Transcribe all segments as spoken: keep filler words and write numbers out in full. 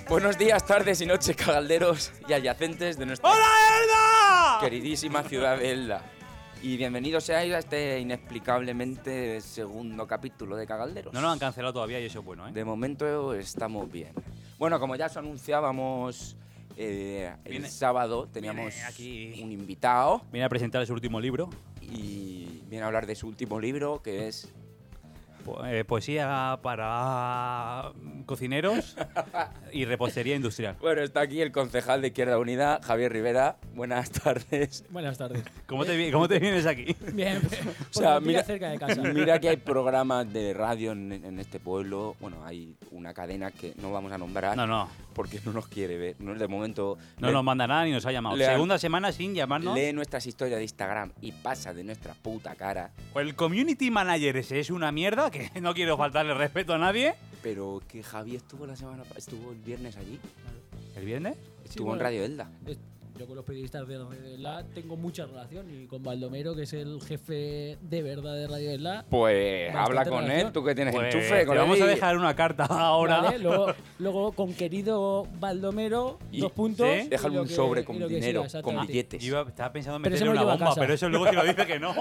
Buenos días, tardes y noches, cagalderos y adyacentes de nuestra ¡Hola, Elda! queridísima ciudad de Elda. Y bienvenidos seáis a este inexplicablemente segundo capítulo de Cagalderos. No nos han cancelado todavía y eso es bueno, ¿eh? De momento estamos bien. Bueno, como ya os anunciábamos eh, el Viene- sábado, teníamos viene aquí. un invitado Viene a presentar su último libro, y viene a hablar de su último libro, que es... po- eh, poesía para cocineros y repostería industrial. Bueno, está aquí el concejal de Izquierda Unida, Javier Rivera. Buenas tardes. Buenas tardes. ¿Cómo te, vi- cómo te vienes aquí? Bien, O sea, mira, mira, cerca de casa. mira que hay programas de radio en, en este pueblo. Bueno, hay una cadena que no vamos a nombrar No, no, porque no nos quiere ver. No, de momento no lee, nos manda nada ni nos ha llamado. le han- Segunda semana sin llamarnos. lee nuestras historias de Instagram y pasa de nuestra puta cara. O el community manager ese es una mierda, que no quiero faltarle respeto a nadie. Pero que Javi estuvo la semana pa- estuvo el viernes allí. ¿El viernes? Estuvo bueno. en Radio Elda. Es- Yo con los periodistas de Radio Esla tengo mucha relación y con Baldomero, que es el jefe de verdad de Radio Esla. Pues Bastante habla con relación. él, tú que tienes Pues enchufe. te Con vamos él a y- dejar una carta ahora. Vale, luego, luego con querido Baldomero, Y- dos puntos. ¿sí? y Déjale lo un que- sobre y con lo que dinero, siga, con exactamente. billetes. Yo iba- estaba pensando en Pero meterle eso me una lo lleva bomba, a casa. pero eso luego si lo dice que no.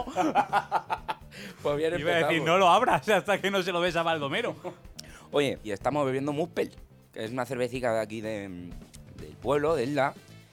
Pues bien Iba a decir, empezamos. no lo abras hasta que no se lo ves a Baldomero. Oye, y estamos bebiendo Muspel, que es una cervecita de aquí de, del pueblo, de Elda,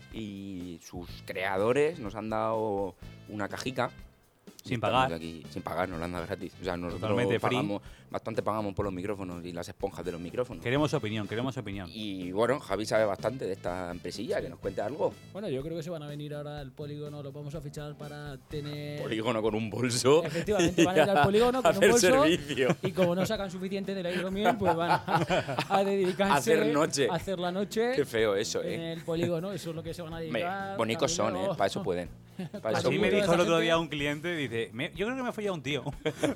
y sus creadores nos han dado una cajica. Sin Y pagar. estamos aquí, sin pagar, nos la han dado gratis. O sea, nosotros Totalmente free. pagamos, bastante pagamos por los micrófonos y las esponjas de los micrófonos. Queremos opinión, queremos opinión. Y bueno, Javi sabe bastante de esta empresilla, que nos cuente algo. Bueno, yo creo que se van a venir ahora al polígono, lo vamos a fichar para tener. Polígono con un bolso. Efectivamente, van a ir y al polígono con un hacer bolso. servicio. Y como no sacan suficiente de la hidromiel, pues van a, a dedicarse Hacer noche. a hacer la noche Qué feo eso, en eh. el polígono. Eso es lo que se van a Me- dedicar. bonicos son, eh. Caminero. Para eso pueden. Para eso Así me pueden. dijo el otro Esa día gente- un cliente, dice, "Me- yo creo que me fue ya un tío.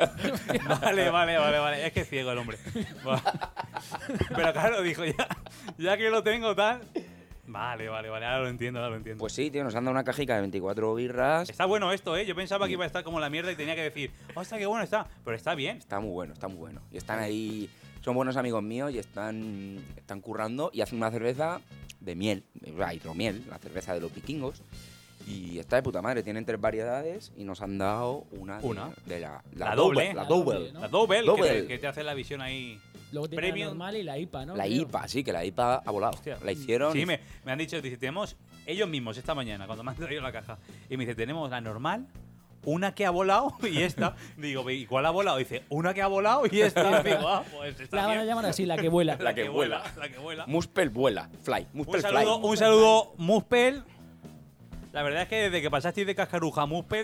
vale, vale, vale, vale. Es que es ciego el hombre. Va. Pero claro, dijo, ya, ya que lo tengo tal. Vale, vale, vale, ahora lo entiendo, ahora lo entiendo. Pues sí, tío, nos han dado una cajica de veinticuatro birras. Está bueno esto, ¿eh? Yo pensaba que iba a estar como la mierda y tenía que decir, hostia, qué bueno está. Pero está bien. Está muy bueno, está muy bueno. Y están ahí, son buenos amigos míos y están, están currando y hacen una cerveza de miel, de hidromiel, la cerveza de los vikingos. Y está de puta madre, tienen tres variedades y nos han dado una de, Una. de la, La doble. La La double. doble, ¿no? La Double, Double. Que, te, que te hace la visión ahí. Luego tiene Premium. la normal y la I P A, ¿no? La Creo. I P A, sí, que la I P A ha volado. Hostia. La hicieron. Sí, me, me han dicho, dice, tenemos ellos mismos esta mañana, cuando me han traído la caja. Y me dice, tenemos la normal, una que ha volado y esta. Digo, ¿y cuál ha volado? Dice, una que ha volado y esta. Digo, ah, pues está La van a bien. llamar así, la que vuela. La que vuela. La que vuela. Muspel vuela, fly. Muspel Un saludo, fly. un saludo, Muspel. La verdad es que desde que pasasteis de cascaruja a Muspel,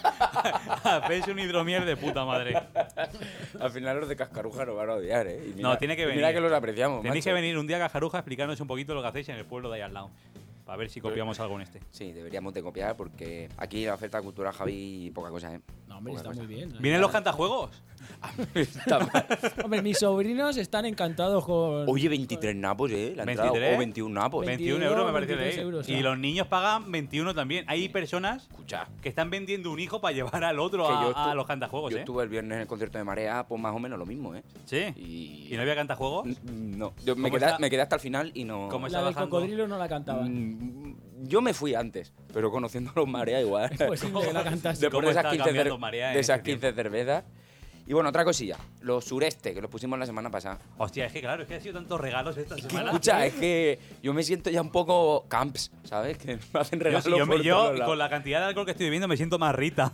hacéis un hidromiel de puta madre. Al final los de Cascaruja nos van a odiar, ¿eh? Y No, tiene que y venir. Mira que los apreciamos. Tenéis macho. que venir un día a Cascaruja a explicarnos un poquito lo que hacéis en el pueblo de ahí al lado. Para ver si copiamos algo en este. Sí, deberíamos de copiar porque aquí la oferta cultural, Javi, poca cosa, ¿eh? No, hombre, Poca está cosa. muy bien. ¿Vienen los cantajuegos? Está mal. Hombre, mis sobrinos están encantados con. Oye, veintitrés napos, ¿eh? La entrada, veintitrés. o veintiún napos. veintidós, veintiún euros me parece de veintitrés ahí. euros, Y ah. los niños pagan veintiuno también. Hay personas Escucha, que están vendiendo un hijo para llevar al otro que a, yo a estu- los cantajuegos, yo ¿eh? estuve el viernes en el concierto de Marea, pues más o menos lo mismo, ¿eh? Sí. Y, ¿Y no había cantajuegos? N- No, yo me ¿Cómo quedé, está? me quedé hasta el final y no... ¿Cómo La está del bajando? cocodrilo no la cantaban. Mm, Yo me fui antes, pero conociendo a los Marea igual. Es posible que la cantase. Después ¿Cómo de esas está quince, cambiando cer- Marea en de esas este quince cervezas. Y bueno, otra cosilla. Los sureste, que los pusimos la semana pasada. Hostia, es que claro, es que ha sido tantos regalos esta semana. Escucha, es que yo me siento ya un poco camps, ¿sabes? Que me hacen Yo, regalos sí, yo, me- por yo, todos lados. con la cantidad de alcohol que estoy bebiendo me siento más Rita.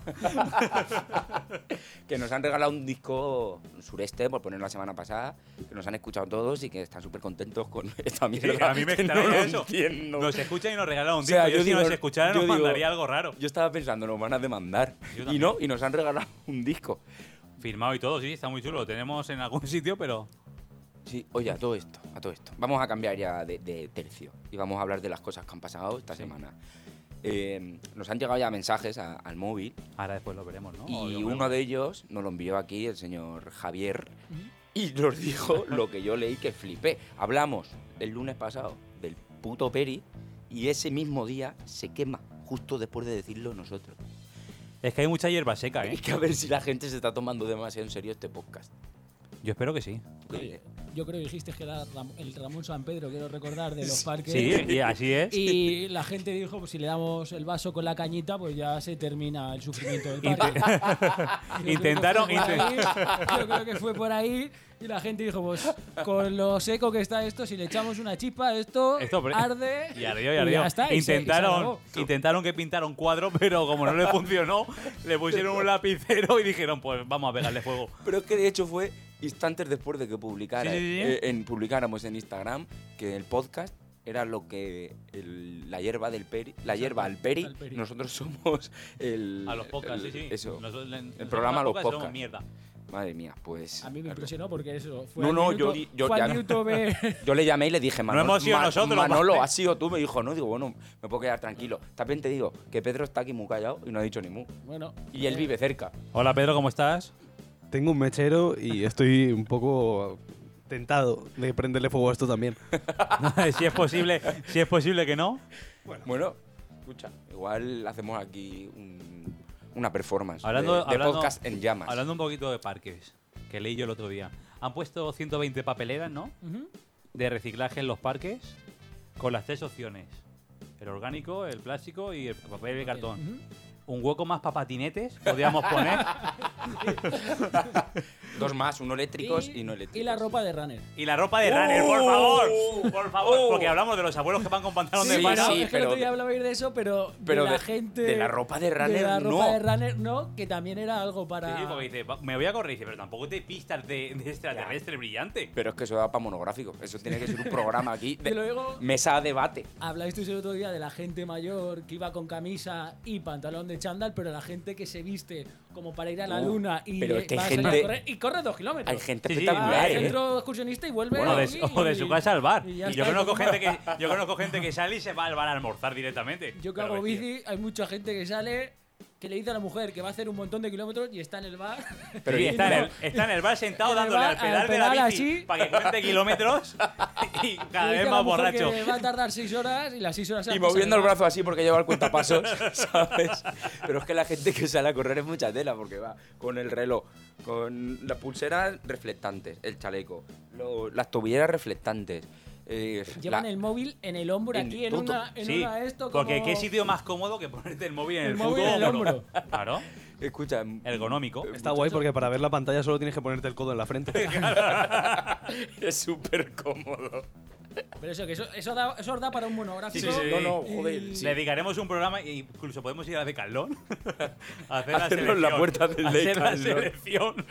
Que nos han regalado un disco sureste por ponerlo la semana pasada, que nos han escuchado todos y que están súper contentos con esta Sí, mierda. a mí me que no extraña lo eso. entiendo. Nos escuchan y nos regalan un O sea, disco. Yo, yo si digo- nos escucharan yo nos digo- mandaría algo raro. Yo estaba pensando, nos van a demandar. Yo Y también. no, y nos han regalado un disco. Firmado y todo, sí, está muy chulo. Lo tenemos en algún sitio, pero... Sí, oye, a todo esto, a todo esto. Vamos a cambiar ya de, de tercio y vamos a hablar de las cosas que han pasado esta Sí. semana. Eh, nos han llegado ya mensajes a- al móvil Ahora después lo veremos, ¿no? O y lo uno vemos. de ellos nos lo envió aquí el señor Javier y nos dijo lo que yo leí que flipé. Hablamos el lunes pasado del puto Peri y ese mismo día se quema justo después de decirlo nosotros. Es que hay mucha hierba seca, ¿eh? Es que a ver si la gente se está tomando demasiado en serio este podcast. Yo espero que sí. ¿Tú qué dices? yo creo que dijiste que era Ram- el Ramón San Pedro, quiero recordar, de los parques. Sí, y así es. Y la gente dijo, pues si le damos el vaso con la cañita, pues ya se termina el sufrimiento del parque. Yo Intentaron- creo que fue por intent- ahí, yo creo que fue por ahí y la gente dijo, pues con lo seco que está esto, si le echamos una chispa, esto, Esto, pero- arde Y ardió, y ya ardió. está, y se- y se intentaron, acabó. intentaron que pintara un cuadro, pero como no le funcionó, le pusieron un lapicero y dijeron, pues vamos a pegarle fuego. Pero es que de hecho fue instantes después de que publicara, Sí, sí, sí. eh, en, publicáramos en Instagram que el podcast era lo que el- la hierba del peri, la hierba al peri, al peri. nosotros somos el A los podcasts, el- sí, sí. Eso. Nosotros- nosotros programa en Los somos Podcasts. mierda. Madre mía, pues A mí me claro. impresionó porque eso fue No, al no, minuto, yo di- yo fue ya al no. minuto B. Yo le llamé y le dije, Manolo, hemos sido nosotros, Manolo, ¿vale? has sido tú. Me dijo, no, digo, bueno, me puedo quedar tranquilo. También te digo que Pedro está aquí muy callado y no ha dicho ni mu. Bueno, Y él eh, vive cerca. Hola Pedro, ¿cómo estás? Tengo un mechero y estoy un poco tentado de prenderle fuego a esto también. si es posible, si es posible que no. Bueno, escucha, igual hacemos aquí un- una performance Hablando- de, de hablando- podcast en llamas. Hablando un poquito de parques, que leí yo el otro día. Han puesto ciento veinte papeleras, ¿no? ujú. De reciclaje en los parques con las tres opciones. El orgánico, el plástico y el papel y cartón. Ujú. Un hueco más para patinetes, podríamos poner. Dos más, uno eléctricos y, no eléctricos. Y la ropa de runner. Y la ropa de runner, por favor. Por favor, porque hablamos de los abuelos que van con pantalón Sí, de pana. sí, es que pero el otro día de- hablaba de eso, pero, pero de la de- gente. de la ropa de runner, De la ropa no. de runner no, que también era algo para. Sí, porque dice, "Va- me voy a correr", dice, pero tampoco te pistas de, de extraterrestre brillante. Pero es que eso da para monográfico. Eso tiene que ser un programa aquí de Y luego- mesa a debate. Habláis tú el otro día de la gente mayor que iba con camisa y pantalón de chándal, pero la gente que se viste como para ir a la Uh, luna y pero es que va hay a salir a gente- correr, y corre dos kilómetros. Hay gente Sí, sí, Va espectacular, al ¿eh? centro excursionista y vuelve. Bueno, de, y- o de su casa al bar. y Y ya yo está. conozco, gente que, yo conozco gente que sale y se va al bar a almorzar directamente. Yo que Pero hago vestido. bici, hay mucha gente que sale que le dice a la mujer que va a hacer un montón de kilómetros y está en el bar. Pero y está, en no- el, está en el bar sentado en el dándole bar, al pedal al de la pedal bici así. para que cuente kilómetros y cada y dice vez a la más mujer borracho. Que va a tardar seis horas y las seis horas se Y las pasa moviendo en el bar. brazo así porque lleva el cuentapasos, ¿sabes? Pero es que la gente que sale a correr es mucha tela porque va con el reloj, con las pulseras reflectantes, el chaleco, lo- las tobilleras reflectantes. eh, Llevan la- el móvil en el hombro en aquí, en todo. una, en Sí, una esto porque como- qué sitio más cómodo que ponerte el móvil en el, El puto móvil en el hombro. Claro, Escucha, ergonómico. Está guay porque para ver la pantalla solo tienes que ponerte el codo en la frente. es súper cómodo. Pero eso, que eso, eso, da, eso os da para un monográfico. Sí, sí, sí. No, no, Y- joder. Le dedicaremos un programa e incluso podemos ir a Decathlon a hacer la Hacernos selección. la puerta del a hacer la Decathlon. selección.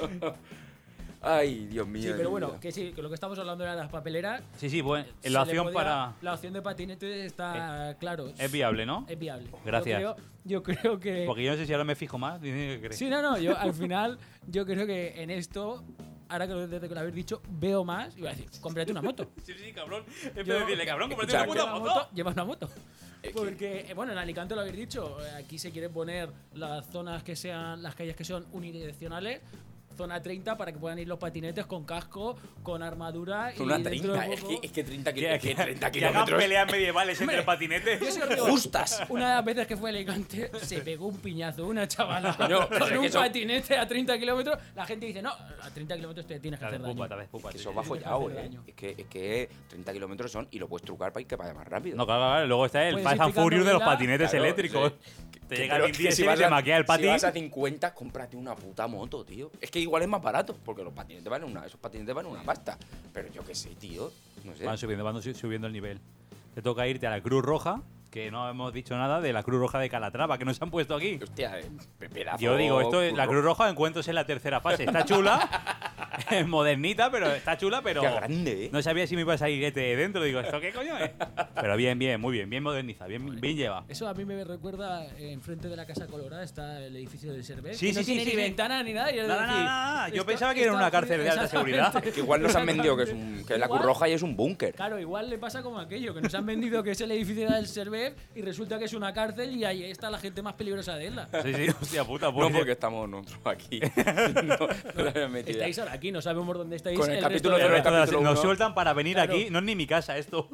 Ay, Dios mío. Sí, de pero mi bueno, vida. que sí, que lo que estamos hablando era de las papeleras. Sí, sí, bueno, se la le opción podía- para... La opción de patinete está claro. Es viable, ¿no? Es viable. Gracias. Yo creo, yo creo que. Porque yo no sé si ahora me fijo más. dime qué crees. Sí, no, no. Yo al final, yo creo que en esto, ahora que lo, desde que lo habéis dicho, veo más. Y voy a decir, cómprate una moto. Sí, sí, cabrón. En vez Yo- de decirle, cabrón, cómprate Escucha, una puta Lleva moto. Lleva una moto. Porque, eh, bueno, en Alicante lo habéis dicho, eh, aquí se quiere poner las zonas que sean, las calles que son unidireccionales, zona treinta, para que puedan ir los patinetes con casco, con armadura. Zona y dentro treinta, de es poco- que, es que treinta, Que, kil- es que treinta que hagan kilómetros. peleas medievales entre patinetes. Yo sí os digo, Justas. Una de las veces que fue a Alicante, se pegó un piñazo una chavala Coño, pero con es que un eso- patinete a treinta kilómetros. La gente dice, no, a treinta kilómetros te tienes que Te hacer despupa, daño. te despupa, Que sí, eso sí, va sí. follado, hacer eh. daño. Es que, es que treinta kilómetros son y lo puedes trucar para que vaya más rápido. No, claro, claro. Luego está el Puedes Fast ir and Furious de los picando patinetes Claro, eléctricos. sí. Te Que- llega pero el es que Vin si Diesel y vas se a- maquilla el Si patín. vas a cincuenta, cómprate una puta moto, tío. Es que igual es más barato, porque los patinetes valen una, esos patinetes valen una pasta. Pero yo qué sé, tío. No sé. Van subiendo, van su- subiendo el nivel. Te toca irte a la Cruz Roja, que no hemos dicho nada de la Cruz Roja de Calatrava, que nos han puesto aquí. Hostia, eh, pedazo. Yo digo, esto es, la curro. Cruz Roja encuentros en la tercera fase. Está chula, es modernita, pero está chula, pero Qué grande, eh. no sabía si me iba a salir este dentro. Digo, ¿esto qué coño es? Pero bien, bien, muy bien, bien modernizada, bien, bien lleva. Eso a mí me recuerda, eh, enfrente de la Casa Colorada está el edificio del Cervés. Sí, que no sí, sí, tiene sí, ni sí. ventana ni nada. Y es Nada, decir, nada, nada. Yo esto- pensaba que era esto una ha- cárcel de alta seguridad. exactamente. Que igual nos han vendido que es un, que la Cruz Igual- Roja y es un búnker. Claro, igual le pasa como aquello, que nos han vendido que es el edificio del Cervés y resulta que es una cárcel y ahí está la gente más peligrosa de isla. Sí, sí, hostia puta. No pues, porque estamos nosotros aquí. no, no la había metido. Estáis ahora aquí, no sabemos dónde estáis. Con el resto capítulo de- el cero, resto de las- capítulo nos uno. sueltan para venir Claro. aquí. No es ni mi casa esto.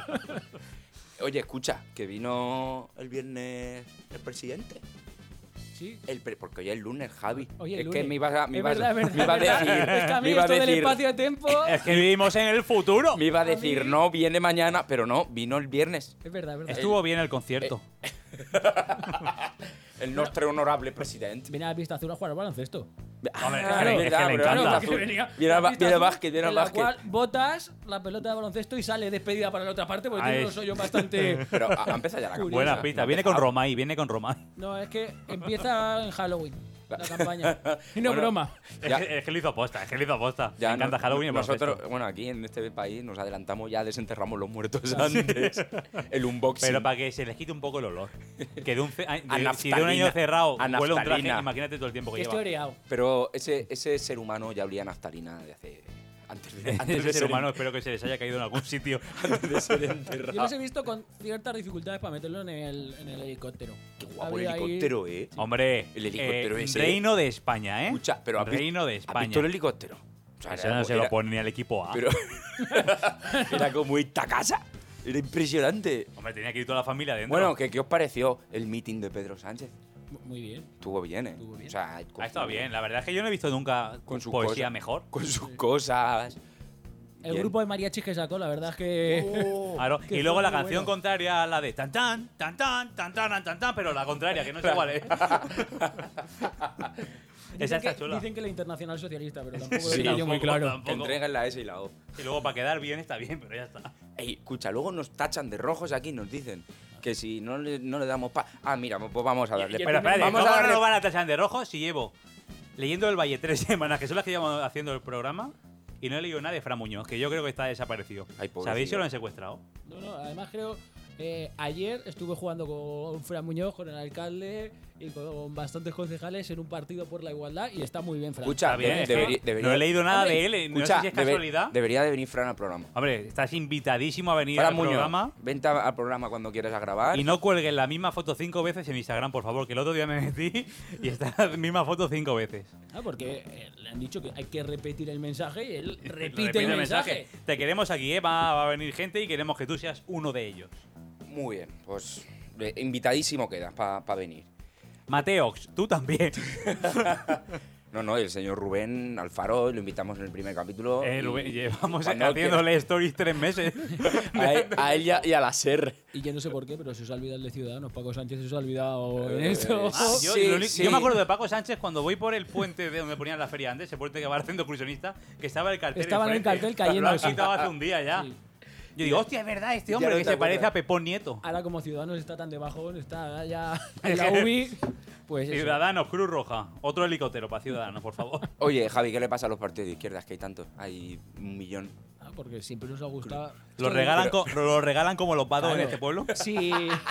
Oye, escucha, que vino el viernes el presidente. Sí. El pre- porque hoy es lunes, Javi. Hoy es es lunes. que me iba a, me Es iba a- verdad, es verdad, me iba a es verdad. decir, Es que a mí me iba a esto del decir, espacio-tiempo... Es que vivimos en el futuro. me iba a A decir, mí- no, viene mañana, pero no, vino el viernes. Es verdad, es verdad. Estuvo bien el concierto. El nuestro honorable presidente. Viene a la pista azul a jugar al baloncesto. Hombre, es que Claro, le- es que verdad, le pero encanta. la que azul. venía Viene a al la ba- pista viene al azul, básquet, viene al en la básquet. cual botas la pelota de baloncesto y sale despedida para la otra parte porque Ahí. tiene unos hoyos bastante... Pero ha, ha empezado ya la campaña. Buena pista. No ha Viene con empezado. Romay, viene con Romay. No, es que empieza en Halloween la campaña. Y no Bueno, broma. Es Ya. que, es que lo hizo aposta, es que lo hizo aposta. Ya Me encanta no- Halloween y el Nosotros, baloncesto. bueno, aquí en este país nos adelantamos, ya desenterramos los muertos antes. El unboxing. Pero para que se les quite un poco el olor. Que de un, ce- A de- si de un naftalina. año cerrado A huele un traje, naftalina. imagínate todo el tiempo que Que estoy lleva. oreado. Pero ese, ese ser humano ya olía a naftalina de hace. Antes de, antes Ese de ser ser humano espero que se les haya caído en algún sitio. antes de ser Yo enterrado. los he visto con ciertas dificultades para meterlo en el, en el helicóptero. Qué guapo el Había ahí- helicóptero, eh. Hombre, El helicóptero eh, ese. Reino de España, ¿eh? Escucha, pero ¿has Reino de ¿Has España. visto el helicóptero? O sea, Eso era- no se lo era- pone ni al equipo A. Pero era como esta casa. Era impresionante. Hombre, tenía que ir toda la familia dentro. Bueno, ¿qué, ¿qué os pareció el meeting de Pedro Sánchez? Muy bien. Estuvo bien, ¿eh? Estuvo bien. O sea, con ha estado su- bien. La verdad es que yo no he visto nunca Con su poesía cosa. mejor. Con sus cosas. El Bien. grupo de mariachis que sacó, la verdad es que... Oh, Claro. que Y luego fue la muy canción bueno. contraria a la de tan tan, tan tan, tan tan, tan tan, pero la contraria, que no es igual, ¿eh? Esa Dicen está que, chula. dicen que la internacional socialista, pero tampoco Sí, lo tengo yo muy tampoco, claro. tampoco. Entreguen la S y la O. Y luego para quedar bien está bien, pero ya está. Ey, escucha, luego nos tachan de rojos aquí, nos dicen que si no le, no le damos pa... Ah, mira, pues vamos a darle. Y- y- Pero espérate, vamos ¿cómo a no darle... nos van a tachar de rojo si llevo leyendo el Valle tres semanas, que son las que llevamos haciendo el programa, y no he leído nada de Fran Muñoz, que yo creo que está desaparecido? Ay, pobrecillo. ¿Sabéis si lo han secuestrado? No, no, además creo... eh, ayer estuve jugando con Fran Muñoz, con el alcalde y con bastantes concejales en un partido por la igualdad y está muy bien, Fran. Escucha, Está bien, de- es que debería, debería- no he leído nada Hombre, de él, eh, no escucha, sé si es debe- casualidad. debería de venir Fran al programa. Hombre, estás invitadísimo a venir Fran al Muñoz, programa. vente a- al programa cuando quieras a grabar. Y no cuelgues la misma foto cinco veces en Instagram, por favor, que el otro día me metí y está la misma foto cinco veces. Ah, porque eh, le han dicho que hay que repetir el mensaje y él repite, Repite el mensaje. Te queremos aquí, ¿eh? Va, va a venir gente y queremos que tú seas uno de ellos. Muy bien, pues eh, invitadísimo quedas para venir. Mateox, tú también. No, no, el señor Rubén Alfaro lo invitamos en el primer capítulo. Eh, y- Rubén, llevamos cuando haciéndole stories tres meses. A él, a él y a- y a la SER. Y yo no sé por qué, pero se os ha olvidado el de Ciudadanos. Paco Sánchez se os ha olvidado en Eh, esto. Ah, yo, Sí, lo único- sí. yo me acuerdo de Paco Sánchez cuando voy por el puente de donde ponían la feria antes, el puente que va al centro excursionista, que estaba el cartel. Estaba en el enfrente. cartel cayendo, Lo han sí. quitado hace un día ya. Sí. Yo digo, hostia, es verdad, este Ya hombre no que te se parece acuerdas. a Pepón Nieto. Ahora como Ciudadanos está tan de bajón, está ya en la U B I, pues eso. Ciudadanos, Cruz Roja. Otro helicóptero para Ciudadanos, por favor. Oye, Javi, ¿qué le pasa a los partidos de izquierdas? Que hay tantos. Hay un millón. Ah, porque siempre nos ha gustado. Lo Esto de- regalan, co- lo regalan como los vados en Claro. este pueblo. Sí.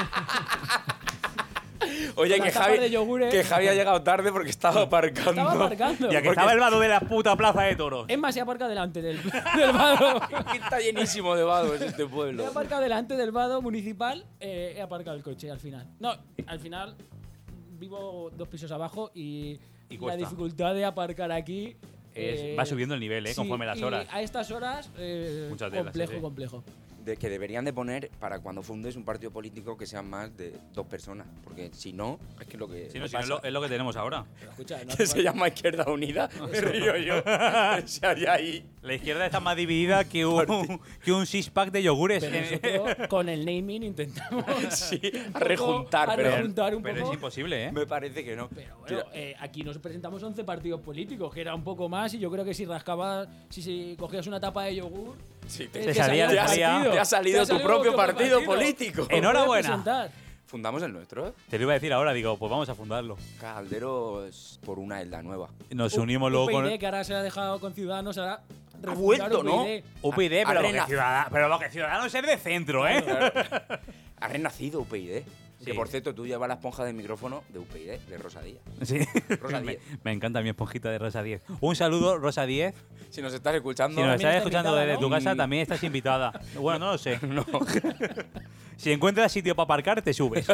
Oye, Con que las tapas Javi, de yogures. que Javi ha llegado tarde porque estaba aparcando. Estaba aparcando. Y aquí Porque- estaba el vado de la puta plaza de toros. Es más, se aparca delante del, del vado. Que está llenísimo de vados este He pueblo. aparcado delante del vado municipal, eh, he aparcado el coche al final. No, al final vivo dos pisos abajo y, Y la cuesta. dificultad de aparcar aquí Es- eh, va subiendo el nivel, ¿eh? sí, Conforme las y horas. a estas horas, eh, Muchas tela, complejo, sí, sí. complejo. De que deberían de poner para cuando fundes un partido político que sean más de dos personas. Porque si no, es que lo que. Sí, no, me si no, es, pasa, lo, es lo que tenemos ahora. Pero escucha, no que hace se falta- llama Izquierda Unida. Me río yo. Se halla ahí. La izquierda está más dividida que un, que un six-pack de yogures. pero nosotros con el naming intentamos Sí, a un poco rejuntar, a pero- rejuntar un Pero poco. es imposible, ¿eh? Me parece que no. Pero bueno, eh, aquí nos presentamos once partidos políticos, que era un poco más, y yo creo que si rascabas, si, si cogías una tapa de yogur, Sí, te, te, te salía- el te salía- partido. te ha salido tu propio vuestro partido político. Os puedes Enhorabuena. presentar. Fundamos el nuestro, ¿eh? Te lo iba a decir ahora, digo, pues vamos a fundarlo. Calderos por una isla nueva. Nos U- unimos luego U P I D, con que ahora se ha dejado con Ciudadanos, ahora refundar vuelto, ¿no? U P I D. U P y D, Ha- pero, ha lo que renac- Ciudadanos, pero lo que Ciudadanos es de centro, ¿eh? Ha renacido U P y D. Sí. Que por cierto, tú llevas la esponja del micrófono de U P y D, de Rosa Díaz. Sí. Rosa me, diez. me encanta mi esponjita de Rosa diez. Un saludo, Rosa diez. Si nos estás escuchando, Si nos También estás está escuchando invitada, desde ¿no? tu casa, Y- también estás invitada. Bueno, no lo sé. no. Si encuentras sitio para aparcar, te subes.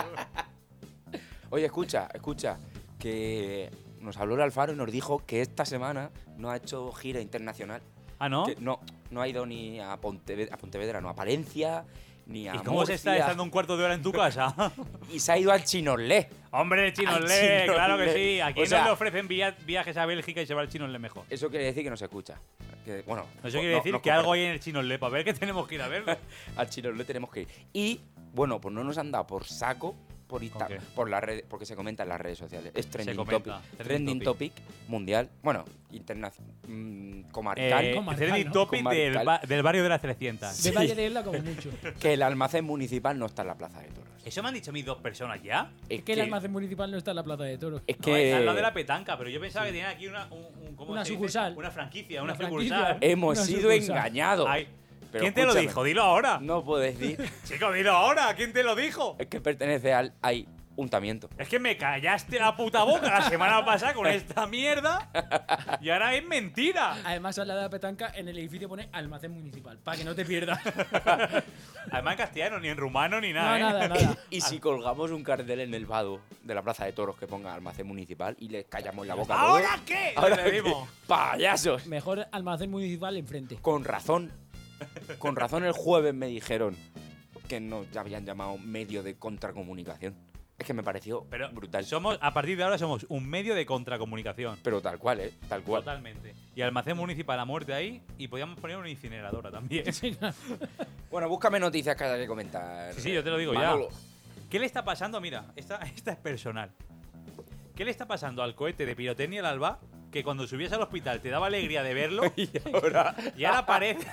Oye, escucha, escucha. Que nos habló el Alfaro y nos dijo que esta semana no ha hecho gira internacional. Ah, ¿no? Que no, no ha ido ni a, Pontevedra, a Pontevedra, no, a Palencia, ni a ¿Y cómo se está Murcia, estando un cuarto de hora en tu casa? Y se ha ido al Chinorlé. Hombre, el Chino Al Le, Chino claro que Le. sí. ¿A quién O sea- no le ofrecen via- viajes a Bélgica y se va el Chino Le mejor? Eso quiere decir que no se escucha. Que, bueno, Eso quiere decir no que algo hay en el Chino Le para ver que tenemos que ir a verlo. Al Chino le tenemos que ir. Y, bueno, pues no nos han dado por saco por Instagram, qué? por las redes, porque se comenta en las redes sociales. Es trending comenta, topic. trending Trending topic. mundial. Bueno, internacional. comarcal. Eh, Comarcal, trending ¿no? topic del, Comarcal. ba- del barrio de las trescientas. De Valle de Isla como mucho. Que el almacén municipal no está en la Plaza de Toros. Eso me han dicho mis dos personas ya. Es Que el almacén municipal no está en la Plaza de Toros. Es No, que está al lado de la petanca, pero yo pensaba que tenían aquí una, un, un- ¿cómo Una se dice? sucursal. Una franquicia, una, Una franquicia. sucursal. hemos Una sido sucursal. engañados. Ay, Pero ¿quién te lo escúchame, dijo? Dilo ahora. No puedes decir. Chico, dilo ahora. ¿Quién te lo dijo? Es que pertenece al ayuntamiento. Es que me callaste la puta boca la semana pasada con esta mierda y ahora es mentira. Además, al lado de la petanca, en el edificio pone almacén municipal, para que no te pierdas. Además en castellano, ni en rumano, ni No, nada. ¿eh? nada, nada. Y si colgamos un cartel en el vado de la Plaza de Toros que ponga almacén municipal y les callamos la boca a todos. ¿Ahora qué? Ahora Le qué, digo. payasos. Mejor almacén municipal enfrente. Con razón. Con razón el jueves me dijeron que nos habían llamado medio de contracomunicación. Es que me pareció Pero brutal. somos, a partir de ahora somos un medio de contracomunicación. Pero tal cual, ¿eh? Tal cual. Totalmente. Y almacén municipal a muerte ahí y podíamos poner una incineradora también. Sí, Bueno, búscame noticias que haya que comentar. sí, yo te lo digo Manolo. ya. ¿Qué le está pasando? Mira, esta, esta es personal. ¿Qué le está pasando al cohete de pirotecnia al Alba? Que cuando subías al hospital te daba alegría de verlo Y ahora. y ahora parece.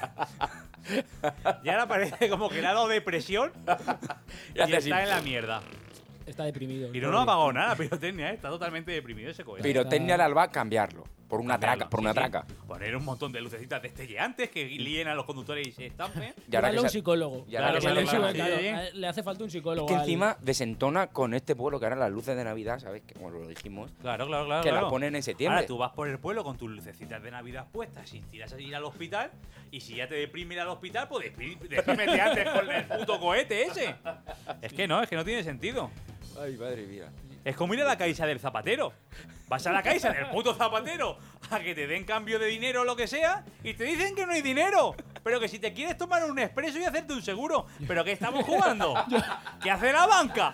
Y ahora parece como que le ha dado depresión Y y hace así. está en la mierda. Está deprimido. Y no nos ha pagado nada, pirotecnia, ¿eh? Está totalmente deprimido ese cohete. Pirotecnia al alba, cambiarlo. Por una Cambiarlo, traca, por sí, una sí. traca. Poner un montón de lucecitas destelleantes que líen a los conductores y se estampen. Y ahora Llévalo que a un se- psicólogo. y ahora que Que se- le claro, sube, sí, claro, sí. a- Le hace falta un psicólogo. que al- encima desentona con este pueblo que ahora las luces de Navidad, ¿sabes? Que como lo dijimos, Claro, claro, claro. que claro. las ponen en septiembre. Ahora tú vas por el pueblo con tus lucecitas de Navidad puestas y tiras a ir al hospital. Y si ya te deprime ir al hospital, pues deprí- deprímete antes con el puto cohete ese. Es que no, es que no tiene sentido. Ay, madre mía. Es como ir a la caixa del zapatero. Vas a la caixa del puto zapatero a que te den cambio de dinero o lo que sea y te dicen que no hay dinero. Pero que si te quieres tomar un expreso y hacerte un seguro. ¿Pero qué estamos jugando? ¿Qué hace la banca?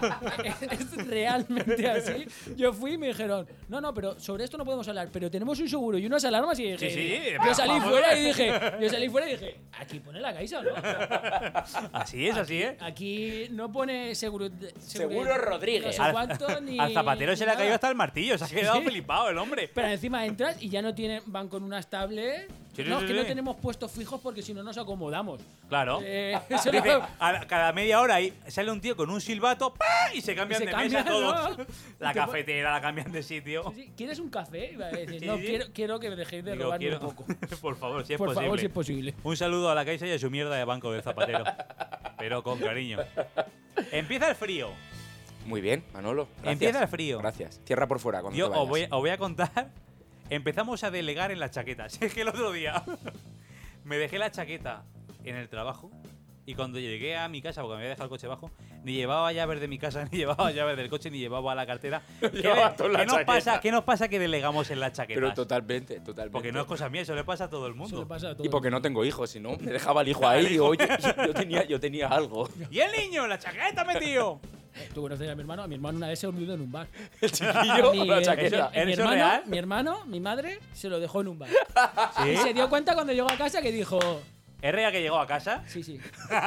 Es realmente así. Yo fui y me dijeron, no, no, pero sobre esto no podemos hablar, pero tenemos un seguro y unas alarmas y dije, Sí, sí, yo salí vamos a fuera ver. y dije, yo salí fuera y dije, aquí pone la caixa, ¿no? Así es, así es. Aquí no pone seguro. Seguro Rodríguez. No sé cuánto, ni, Al zapatero se le ha nada. caído hasta el martillo. Se ha quedado Sí. flipado el hombre. Pero encima entras y ya no tienen, van con unas tablets. Sí, sí, no, sí, es que no sí. tenemos puestos fijos porque si no nos acomodamos. Claro. Eh, eso Dice, no- a la- cada media hora ahí sale un tío con un silbato ¡pa! Y se cambian Y se de cambian, mesa todos. ¿no? La Y te pon- cafetera la cambian de sitio. Sí, sí. ¿Quieres un café? Iba a decir, Sí, no, sí. quiero, quiero que dejéis de Digo, robarme quiero- un poco. Por favor, si es Por posible. favor, si es posible. Un saludo a la Caixa y a su mierda de banco del zapatero. Pero con cariño. Empieza el frío. Muy bien, Manolo. Gracias. Empieza el frío. Gracias. Cierra por fuera cuando Yo te vayas. os voy, os voy a contar. Empezamos a delegar en las chaquetas. Es que el otro día me dejé la chaqueta en el trabajo y cuando llegué a mi casa, porque me había dejado el coche abajo, ni llevaba llaves de mi casa, ni llevaba llaves del coche, ni llevaba la cartera. ¿Qué, Llevaba le- todo en la qué nos chaqueta. pasa, ¿Qué nos pasa que delegamos en las chaquetas? Pero totalmente, totalmente. Porque no es cosa mía, eso le pasa a todo el Eso mundo. le pasa a todo Y porque el no mundo. tengo hijos, si no, me dejaba el hijo Claro, ahí el y hijo. oye, yo tenía, yo tenía algo. ¿Y el niño? ¡La chaqueta, metido! ¿Tú conoces a mi hermano? A mi hermano una vez se olvidó en un bar. El chiquillo, Mi- la eh, chaqueta. eh, mi, ¿Eso hermano, real? mi hermano, mi madre, se lo dejó en un bar. ¿Sí? Y se dio cuenta cuando llegó a casa que dijo, ¿Es real que llegó a casa? sí, sí.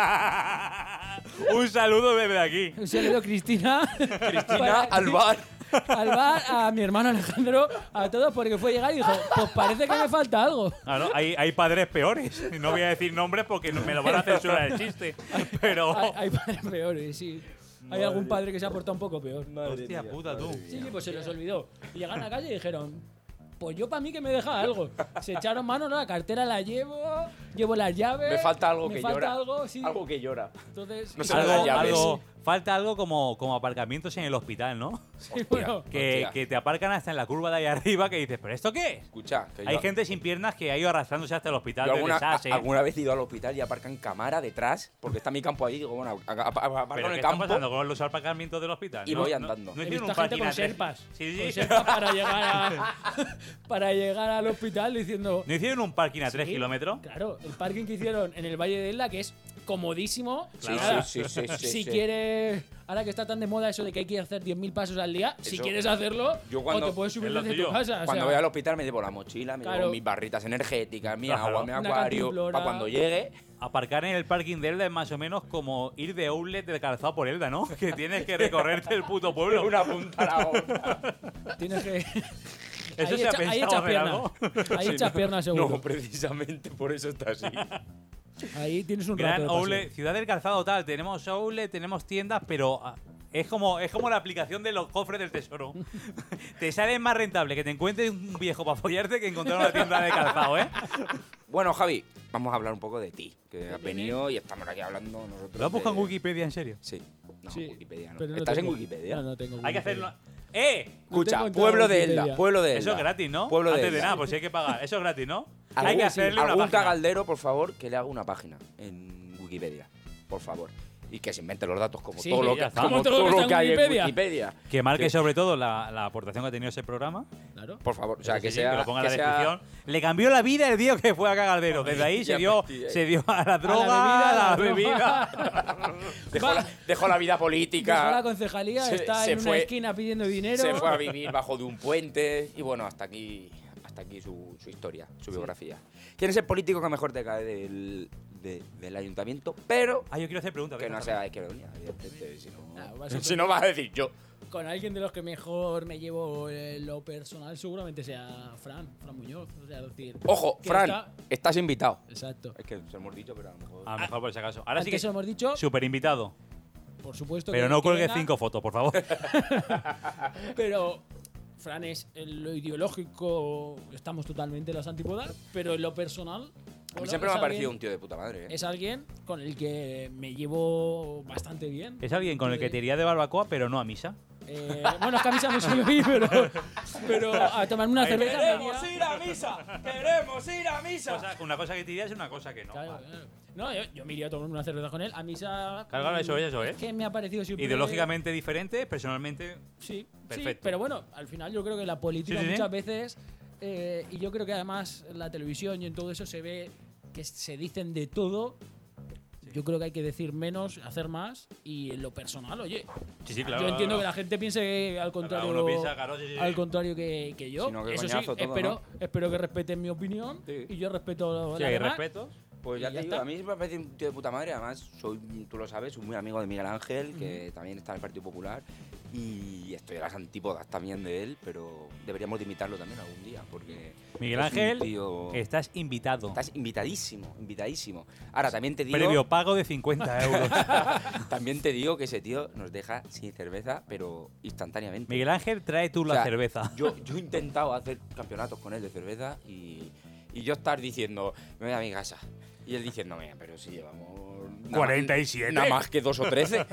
Un saludo desde aquí. Un saludo, Cristina. Cristina al bar. Al bar, a mi hermano Alejandro, a todos, porque fue llegar y dijo, pues parece que me falta algo. Claro, hay, hay padres peores. No voy a decir nombres porque no- me lo van a censurar el chiste. Pero. Hay, hay padres peores, sí. Hay algún padre que se ha portado un poco peor. Hostia puta, tú. Sí, sí, pues se los olvidó. Y llegaron a casa y dijeron, pues yo para mí que me deja algo. Se echaron mano, ¿no? La cartera la llevo, llevo las llaves. Me falta algo me que falta llora. algo, sí. Algo que llora. Entonces, No y se me Algo, las llaves. algo- falta algo como, como aparcamientos en el hospital, ¿no? sí, bueno, Que, Hostia. que te aparcan hasta en la curva de ahí arriba que dices, ¿pero esto qué es? Escucha, que Hay yo, gente sin piernas que ha ido arrastrándose hasta el hospital yo de alguna, desastre. a- alguna vez he ido al hospital y aparcan cámara detrás, porque está mi campo ahí, digo, bueno, a- a- a- aparco ¿Pero en qué el está campo. pasando con los aparcamientos del hospital? Y No, voy no- andando. No, he hicieron visto un gente parking con a tres. serpas. Sí, Con sí. serpas para llegar a, para llegar al hospital diciendo, ¿No hicieron un parking a tres Sí, kilómetros? claro, el parking que hicieron en el Valle de Isla, que es comodísimo. Sí, Claro. sí, sí, sí, sí, si sí. quieres ahora que está tan de moda eso de que hay que hacer diez mil pasos al día, si Eso- quieres hacerlo, Yo cuando- o te puedes subir es lo desde tu tuyo. casa. o Cuando sea, voy al hospital me llevo la mochila, me Claro. llevo mis barritas energéticas, mi Claro. agua, mi Una acuario, cantimplora. para cuando llegue. Aparcar en el parking de Elda es más o menos como ir de outlet de calzado por Elda, ¿no? Que tienes que recorrerte el puto pueblo. Una punta a la otra. tienes que. ¿Eso ahí se ha echa- ahí pensado echas hacer piernas. algo? Ahí echas piernas seguro. No, precisamente por eso está así. Ahí tienes un rato Gran de paseo. outlet, ciudad del calzado tal, tenemos outlet, tenemos tiendas, pero ah, es como, es como la aplicación de los cofres del tesoro. Te sale más rentable que te encuentres un viejo para follarte que encontrar una tienda de calzado, ¿eh? Bueno, Javi, vamos a hablar un poco de ti, que has venido y estamos aquí hablando nosotros. ¿Lo has buscado en de- Wikipedia en serio? Sí. No, Sí, Wikipedia no. pero no ¿Estás en tengo- Wikipedia? No, no tengo Hay que Wikipedia. hacerlo. ¡Eh! Escucha, No tengo pueblo de Wikipedia. Elda, pueblo de Elda. Eso es gratis, ¿no? Pueblo de Antes de Elda. nada, pues si hay que pagar. Eso es gratis, ¿no? Algún- Hay que hacerle una Algún página. cagaldero, por favor, que le haga una página en Wikipedia. Por favor. Y que se invente los datos como Sí, todo lo ya que, está. como Como todo lo que hay en Wikipedia. Wikipedia. Que marque Sí. sobre todo la, la aportación que ha tenido ese programa. Claro. Por favor, o sea, Eso que sí, sí, sea. que lo ponga en que la sea- descripción. Le cambió la vida el día que fue a Cagaldero. Desde ahí se Ya, dio, pues, se dio a la droga, a la bebida. Dejó, Va. la, dejó la vida Dejó política. la concejalía, Se- está se en una fue- esquina pidiendo dinero. Se fue a vivir bajo de un puente. Y bueno, hasta aquí, hasta aquí su, su historia, su biografía. ¿Quién es el político que mejor te cae del, de- del ayuntamiento? Pero Ah, yo quiero hacer preguntas. que no venga, sea Izquierda Unida, evidentemente. Si no, Ah, va a ser- si no vas a decir yo. Con alguien de los que mejor me llevo en lo personal, seguramente sea Fran, Fran Muñoz. O sea, es decir, Ojo, que Fran, está- estás invitado. Exacto. Es que se lo hemos dicho, pero a lo mejor. A lo mejor por si acaso. Ahora sí Antes que lo hemos dicho, súper invitado. por supuesto. Pero que- no que cuelgue venga, cinco fotos, por favor. Pero Fran es en lo ideológico, estamos totalmente en las antípodas, pero en lo personal. A mí bueno, siempre me es ha parecido alguien- un tío de puta madre. ¿eh? Es alguien con el que me llevo bastante bien. Es alguien con el que te iría de barbacoa, pero no a misa. Eh, bueno, es que a mí se me suele ir, pero, pero a tomarme una Ahí cerveza. me iría- ir a misa! ¡Queremos ir a misa! O sea, una cosa que te iría es una cosa que no. Claro, Vale. claro. No, yo, yo me iría a tomar una cerveza con él. A mí esa. Claro, claro, eso es, eso es. Que me ha parecido siempre. Ideológicamente diferente, personalmente. Sí, sí, Perfecto. pero bueno, al final yo creo que la política Sí, sí, sí. muchas veces. eh, y yo creo que además en la televisión y en todo eso se ve que se dicen de todo. Yo creo que hay que decir menos, hacer más. Y en lo personal, oye. Sí, sí, claro. yo entiendo claro. que la gente piense al contrario. uno piensa, claro, sí, sí, sí. Al contrario que, que yo. Si no, que Eso sí, coñazo todo, espero, espero que respeten mi opinión. Sí. Y yo respeto Sí, la hay demás. respeto. Pues ya Y te ya digo, está. a mí me parece un tío de puta madre. Además, soy, tú lo sabes, soy muy amigo de Miguel Ángel, que también está en el Partido Popular. Y estoy a las antípodas también de él, pero deberíamos de imitarlo también algún día, porque. Miguel es un Ángel, tío- estás invitado. Estás invitadísimo, invitadísimo. Ahora, también te digo. Previo pago de cincuenta euros. También te digo que ese tío nos deja sin cerveza, pero instantáneamente. Miguel Ángel, trae tú O la sea, cerveza. Yo, yo he intentado hacer campeonatos con él de cerveza y, y yo estar diciendo, me voy a mi casa. Y él diciéndome, pero si llevamos. nada cuarenta y más- siete. Nada más que dos o trece.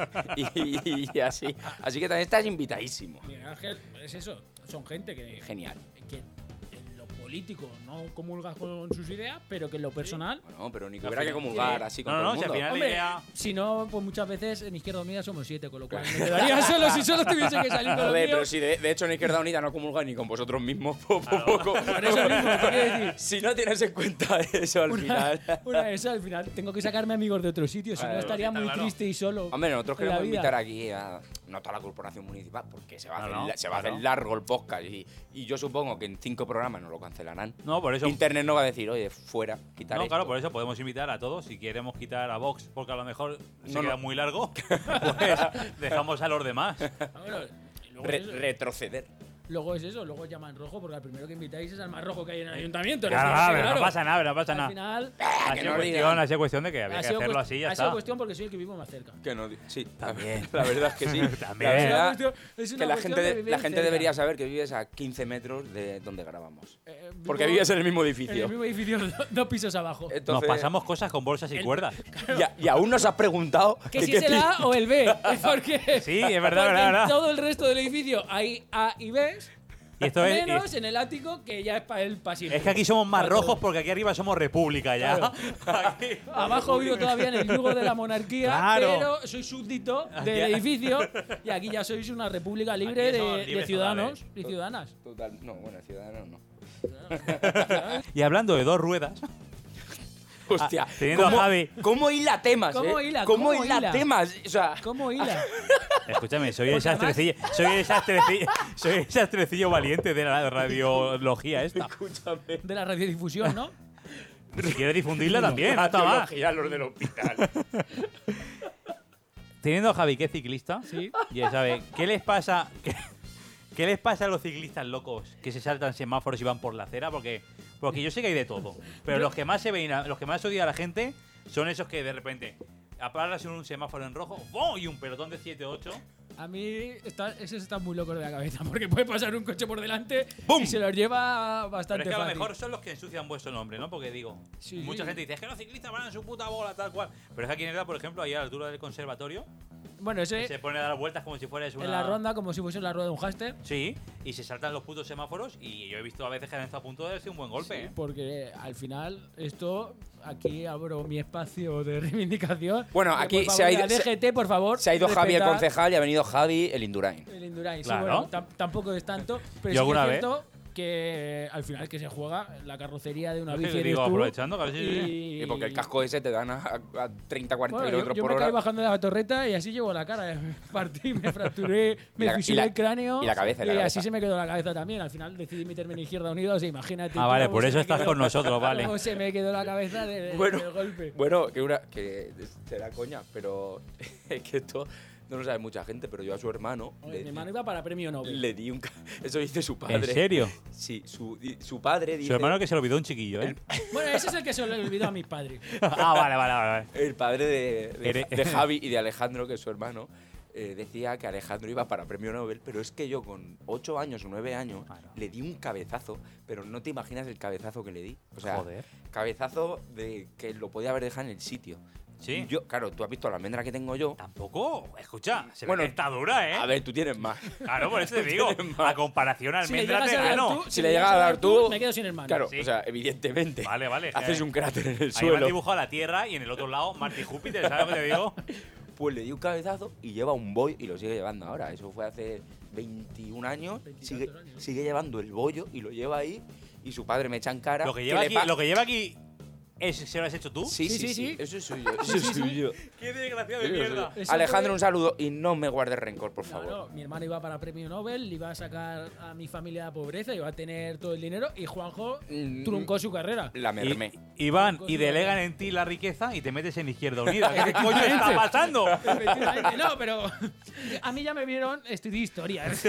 y, y así. Así que también estás invitadísimo. Miguel Ángel, es eso. Son gente que. Genial. que en lo político no comulgas con sus ideas, pero que en lo personal. Bueno, pero ni que Al hubiera que final- comulgar Sí. así con No, todo no, el si al mundo. final- Hombre, idea- si no, pues muchas veces en Izquierda Unida somos siete, con lo cual me quedaría solo si solo tuviese que salir con lo Joder, mío. pero si de, de hecho en Izquierda Unida no comulgáis ni con vosotros mismos, po- po- Claro. poco. Por eso mismo, te quiero decir. Si no tienes en cuenta eso al Una, final. una de esas, al final tengo que sacarme amigos de otros sitios, si no Claro, estaría está muy claro. triste y solo. Hombre, nosotros en la queremos vida. invitar aquí a no toda la corporación municipal, porque se va a, No, hacer, no, la- se va a claro. hacer largo el podcast y, y yo supongo que en cinco programas nos lo cancelarán. No, por eso. Internet no va a decir, oye, fuera, quitar No, esto. claro, por eso podemos invitar a todos. Si queremos quitar a Vox porque a lo mejor se No, queda no. muy largo, pues dejamos a los demás. Ah, bueno, y luego, Re- es eso, retroceder. luego es eso, luego llaman rojo, porque al primero que invitáis es al más rojo que hay en el ayuntamiento. Claro, ¿no? claro, Sí, no pasa nada, no pasa Al nada. final, Ha que sido, no cuestión, digan. ha sido cuestión de que había ha que sido, hacerlo cuest- así y ya ha sido está. cuestión porque soy el que vivo más cerca. Que no, di- sí, También. La verdad es que sí. También. La Es una verdad cuestión- es una que la cuestión gente, de de- vivir la gente cerca. debería saber que vives a quince metros de donde grabamos. Eh, vivo Porque vives en el mismo en edificio. el mismo edificio, do- dos pisos abajo. Nos Entonces, pasamos cosas con bolsas y El- cuerdas. y, a- y aún nos has preguntado Que que si qué es el pi- A o el B. Porque, Sí, es verdad, porque verdad, en verdad. todo el resto del edificio hay A y B. Y esto es, Menos en el ático, que ya es para él para siempre. es que aquí somos más Para rojos todo. porque aquí arriba somos república ya. Claro. Aquí- Abajo vivo todavía en el yugo de la monarquía, Claro. pero soy súbdito del Ya. edificio y aquí ya sois una república libre Aquí somos de, de libres ciudadanos totales. y ciudadanas. Total, no, bueno, ciudadanos no. Y hablando de dos ruedas, Hostia, Ah, teniendo a ¿cómo, Javi. ¿cómo hila temas? ¿Cómo eh? hila? ¿Cómo, ¿Cómo hila hila? temas? O sea, ¿Cómo hila? Escúchame, soy el Porque además- sastrecillo, soy el sastrecillo, soy el sastrecillo valiente de la radiología esta. Escúchame. De la radiodifusión, ¿no? Si quieres difundirla también, no está mal. Radiología, los del hospital. Teniendo a Javi, que es ciclista, Sí. ya sabe, ¿qué les pasa? ¿Qué, qué les pasa a los ciclistas locos que se saltan semáforos y van por la acera? Porque, porque yo sé que hay de todo. Pero los que más se ven, los que más odia a la gente son esos que de repente aparas en un semáforo en rojo ¡bum! Y un pelotón de siete ocho. A mí está, esos están muy locos de la cabeza porque puede pasar un coche por delante ¡Bum! y se los lleva Pero bastante es que a lo fácil. mejor son los que ensucian vuestro nombre, ¿no? Porque digo, Sí, mucha sí. gente dice, es que los ciclistas van en su puta bola, tal cual. Pero es que aquí en Hereda, por ejemplo, ahí a la altura del conservatorio, Bueno, ese se pone a dar vueltas como si fueras una... en la ronda como si fuese la rueda de un hámster. Sí, y se saltan los putos semáforos y yo he visto a veces que han estado a punto de darse un buen golpe, Sí, ¿eh? porque al final esto aquí abro mi espacio de reivindicación. Bueno, Que, aquí por se ha favor, ido- la D G T, por favor. Se ha ido Javi el respetad concejal y ha venido Javi el Indurain. El Indurain. Sí, Claro. bueno, tam- tampoco es tanto, pero ¿Y sí alguna que es cierto que al final que se juega la carrocería de una Es que bici eres digo, tú, aprovechando, que a ver si- y, Y porque el casco ese te dan a, a treinta, cuarenta Bueno, yo, kilómetros yo por me caí hora. bajando de la torreta y así llevo la cara. Me partí, me fracturé, me Y la- fisuré y la- el cráneo. y la cabeza, y la así cabeza. se me quedó la cabeza también. Al final decidí meterme en izquierda unida. O sea, imagínate. Ah, tú vale, cómo por se eso me estás quedó- con nosotros, vale. Cómo se me quedó la cabeza de- de- Bueno, del golpe. Bueno, que una que será coña, pero es que esto no lo sabe mucha gente, pero yo a su hermano Oye, le, mi di- hermano iba para premio Nobel. le di un ca- eso dice su padre. ¿En serio? Sí, su, di- su padre dice Su hermano que se lo olvidó un chiquillo, ¿eh? Bueno, ese es el que se le olvidó a mis padres. ah, vale, vale, vale. vale. el padre de, de- Eres- de Javi y de Alejandro, que es su hermano, eh, decía que Alejandro iba para premio Nobel, pero es que yo con ocho años o nueve años Claro. le di un cabezazo, pero no te imaginas el cabezazo que le di. O sea, Joder. cabezazo de que lo podía haber dejado en el sitio. Sí. Yo, claro, tú has visto la almendra que tengo yo. Tampoco, escucha, se Bueno, ve que está dura, ¿eh? A ver, tú tienes más. Claro, por eso te digo, a comparación al Si le almendra llegas a dar terreno. tú, Si le llegas a dar tú, me quedo sin hermano. Claro, Sí. o sea, evidentemente. Vale, vale. Haces eh. un cráter en el Ahí me han suelo. dibujado la Tierra y en el otro lado Marte y Júpiter, ¿sabes lo que te digo? Pues le di un cabezazo y lleva un boy y lo sigue llevando ahora. Eso fue hace veintiún años. Veintitantos Sigue, años. sigue llevando el bollo y lo lleva ahí. Y su padre me echa en cara. Lo que lleva le aquí, pa- lo que lleva aquí es, ¿se lo has hecho tú? Sí, sí, Sí, sí, sí, sí. Eso es suyo. Eso es suyo. ¡Qué desgraciado de Eso es mierda! suyo. Eso Alejandro, fue- un saludo y no me guardes rencor, por No, favor. no, mi hermano iba para premio Nobel, iba a sacar a mi familia de la pobreza, iba a tener todo el dinero y Juanjo Mm, truncó su carrera. La mermé. Y, y van Con y su- delegan en ti la riqueza y te metes en Izquierda Unida. ¿Qué coño está pasando? Efectivamente, no, pero a mí ya me vieron estudiar historia. Es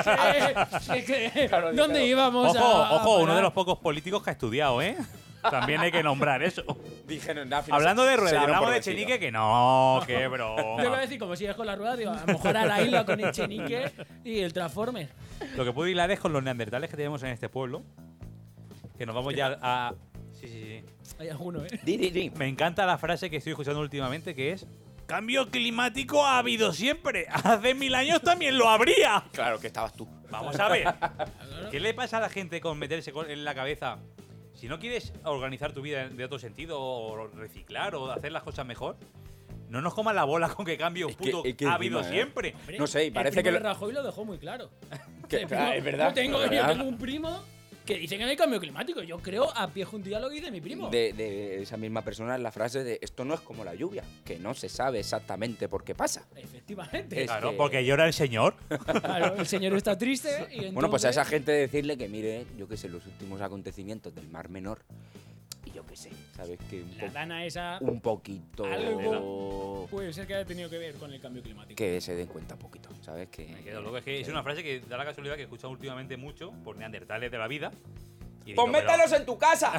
que- es que- Claro, ¿Dónde claro. íbamos Ojo, a, a ojo, uno parar? de los pocos políticos que ha estudiado, ¿eh? También hay que nombrar eso. Dije, no, nada, al final Hablando se- de se rueda, dieron hablamos por de vencido. Chenique que no, qué Yo iba a broma. decir, como sigues con la rueda, digo, a lo mejor a la isla con el Chenique y el Transformer. Lo que puedo hilar es con los neandertales que tenemos en este pueblo. Que nos vamos ya a. Sí, sí, sí. Hay alguno, ¿eh? Di, di, di. Me encanta la frase que estoy escuchando últimamente que es. Cambio climático ha habido siempre. Hace mil años también lo habría. Claro que estabas tú. Vamos a ver. ¿Qué le pasa a la gente con meterse con- en la cabeza? Si no quieres organizar tu vida de otro sentido, o reciclar, o hacer las cosas mejor, no nos comas la bola con que cambio Es que- puto es que ha habido encima, ¿eh? siempre. Hombre, No sé, y el parece primo que de lo- Rajoy lo dejó muy claro. Que- El ah, es verdad, Yo tengo, es yo verdad. tengo un primo que dice que no hay cambio climático. Yo creo a pie juntilla lo que dice mi primo. De, de esa misma persona la frase de esto no es como la lluvia, que no se sabe exactamente por qué pasa. Efectivamente. Es- Claro, que- porque llora el señor. Claro, el señor está triste y entonces… Bueno, pues a esa gente decirle que mire, yo qué sé, los últimos acontecimientos del Mar Menor, y yo qué sé, ¿sabes? Que un, La po- dana esa un poquito… Algo. puede ser que haya tenido que ver con el cambio climático. Que se den cuenta un poquito, ¿sabes? Que, Me quedo loco. Es que es una frase que da la casualidad que he escuchado últimamente mucho por neandertales de la vida. Y digo, ¡Pues mételos pero- en tu casa!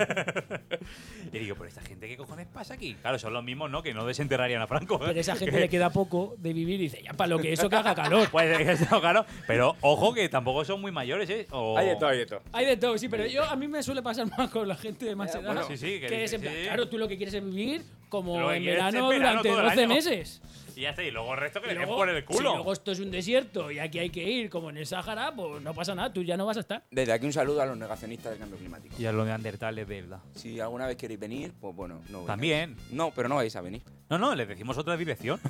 Y digo, pero esta gente, ¿qué cojones pasa aquí? Claro, son los mismos, ¿no? Que no desenterrarían a Franco. ¿eh? Pero a esa gente le queda poco de vivir y dice, ya para lo que eso que haga calor. Pues eso, claro. Pero ojo que tampoco son muy mayores, ¿eh? O- Hay de todo, hay de todo. Hay de todo, sí, pero yo a mí me suele pasar más con la gente de más Ya, edad. bueno, sí, sí, que que es dice, en plan, sí. claro, tú lo que quieres es vivir como Lo que en quieres es verano, verano durante todo el doce año. meses. Y ya está, y luego el resto que Y le den luego, por el si culo. luego esto es un desierto y aquí hay que ir como en el Sáhara, pues no pasa nada, tú ya no vas a estar. Desde aquí un saludo a los negacionistas del cambio climático. Y a los neandertales, de verdad. Si alguna vez queréis venir, pues bueno, no vengáis. También. No, pero no vais a venir. No, no, les decimos otra dirección.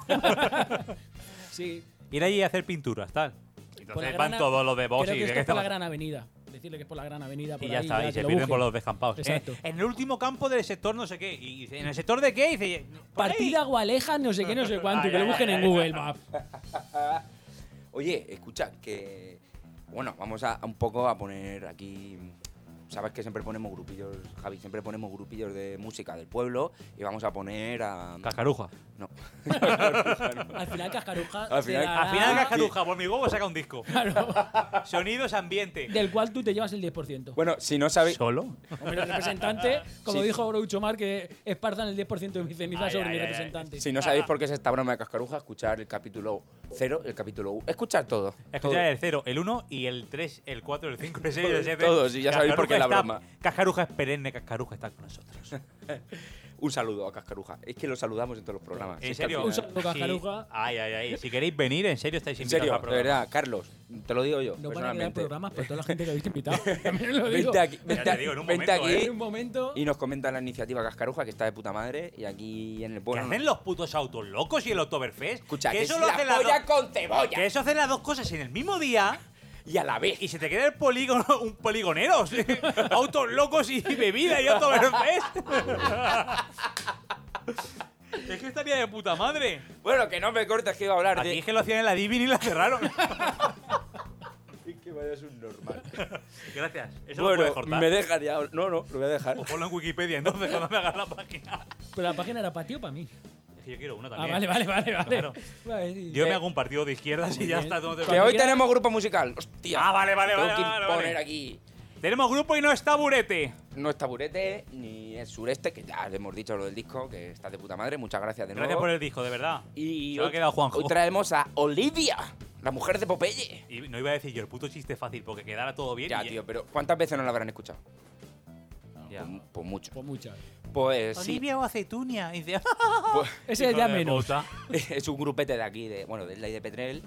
Sí. Ir allí a hacer pinturas, tal. Por la Entonces van gran- todos los de Vox Creo y que de esto qué es por la estamos- Gran Avenida. decirle que es por la Gran Avenida. Por Y ya ahí, está, y que se lo pierden busque. por los descampados. Exacto. Eh, en el último campo del sector no sé qué. Y dice, ¿en el sector de qué? Y dice, por ahí. Partida Gualeja, no sé qué, no sé cuánto, Ay, y que lo ay, busquen ay, en ay, Google ay. Maps. Oye, escucha, que. Bueno, vamos a, a un poco a poner aquí. Sabes que siempre ponemos grupillos, Javi, siempre ponemos grupillos de música del pueblo y vamos a poner a. Cascaruja. No. Al final Cascaruja. Al te final- dará- Al final Cascaruja, por mi huevo saca un disco. Claro, Sonidos ambiente. del cual tú te llevas el diez por ciento. Bueno, si no sabéis. ¿Solo? Hombre, el representante, como Sí. dijo Groucho Mar, que esparzan el diez por ciento de mi ceniza Ay, sobre ay, mi ay, representante. Si no sabéis por qué es esta broma de Cascaruja, escuchar el capítulo cero, el capítulo uno. Escuchar todo. Escuchar el cero, el uno y el tres, el cuatro, el cinco, el seis, el siete. Todos, y ya sabéis por qué es la Cascaruja broma. está- Cascaruja es perenne, Cascaruja está con nosotros. Un saludo a Cascaruja. Es que lo saludamos en todos los programas. En Es que al serio. final- Un saludo, Cascaruja. Sí. Ay, ay, ay. Si queréis venir, en serio estáis En invitados serio, al de programa. verdad, Carlos, te lo digo yo. No van a quedar personalmente. programas por toda la gente que habéis invitado. También lo digo. Vente aquí, Ya vente, te digo, en un vente momento, aquí ¿eh? En un momento. y nos comenta la iniciativa Cascaruja, que está de puta madre. Y aquí en el ¿Qué pueblo. hacen los putos autos locos y el Oktoberfest? Escucha, que, eso es lo la hacen las polla dos- con cebolla. que eso hacen las dos cosas en el mismo día Y a la vez. y se te queda el polígono, un poligoneros. Autos locos y bebida y Oktoberfest. Es que estaría de puta madre. Bueno, que no me cortes que iba a hablar Aquí de. es que lo hacían en la Divini y la cerraron. Es que vayas un normal. Gracias. Eso lo Bueno, puedes cortar. me dejas ya. No, no, lo voy a dejar. O ponlo en Wikipedia entonces cuando me hagas la página. Pero la página era para ti o para mí. Es que yo quiero una Ah, también. vale, vale, vale. vale. Claro. Vale, sí. Yo Eh, me hago un partido de izquierdas y ya bien. está. Todo te- Que Cuando hoy quiera- tenemos grupo musical. Hostia. Ah, vale, vale, Tengo vale, que vale, poner vale. aquí. Tenemos grupo y no está burete. No es Taburete ni es Sureste, que ya le hemos dicho lo del disco, que está de puta madre. Muchas gracias de nuevo. Gracias por el disco, de verdad. Y Se lo ha hoy, quedado Juanjo. hoy traemos a Olivia, la mujer de Popeye. Y no iba a decir yo el puto chiste fácil porque quedara todo bien. Ya, y- tío, pero ¿cuántas veces no la habrán escuchado? Ya. Pues, pues mucho. Pues muchas. Pues sí, Olivia o Aceitunia. Y dice, pues, Ese es hijo ya de menos. puta. es un grupete de aquí, de, bueno, del Ley de Petrel.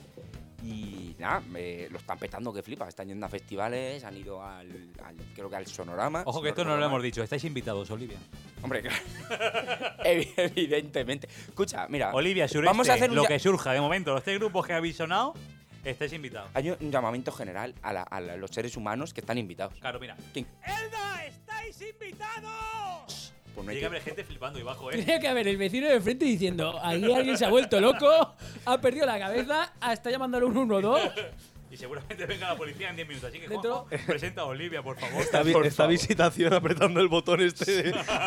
Y nada, me- lo están petando que flipas. Están yendo a festivales, han ido al, al- creo que al Sonorama. Ojo si que esto no lo recuerdo hemos mal. dicho. Estáis invitados, Olivia. Hombre, claro. Evi- evidentemente. Escucha, mira. Olivia, sureste, Vamos a hacer un lo ya- que surja. De momento, los tres grupos que habéis sonado, estáis invitados. Hay un llamamiento general a, la- a la- los seres humanos que están invitados. Claro, mira. ¿Quién? ¡Elda, estáis invitados! Pues no hay Tiene que que- haber gente flipando y bajo, ¿eh? Tiene que haber el vecino de frente diciendo, aquí alguien se ha vuelto loco, ha perdido la cabeza, está llamando al uno uno dos. Y seguramente venga la policía en diez minutos. Así que, Dentro- Juanjo, presenta a Olivia, por favor. Esta, vi- Por esta favor. visitación apretando el botón este. de-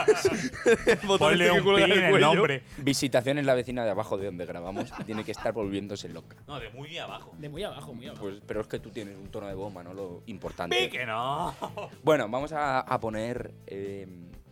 el botón Ponle este que un cuelga pin del en el cuello. nombre. Visitación en la vecina de abajo de donde grabamos y tiene que estar volviéndose loca. No, de muy abajo. De muy abajo, muy abajo. Pues, pero es que tú tienes un tono de bomba, ¿no? Lo importante. ¡Pi que no! Bueno, vamos a, a poner eh,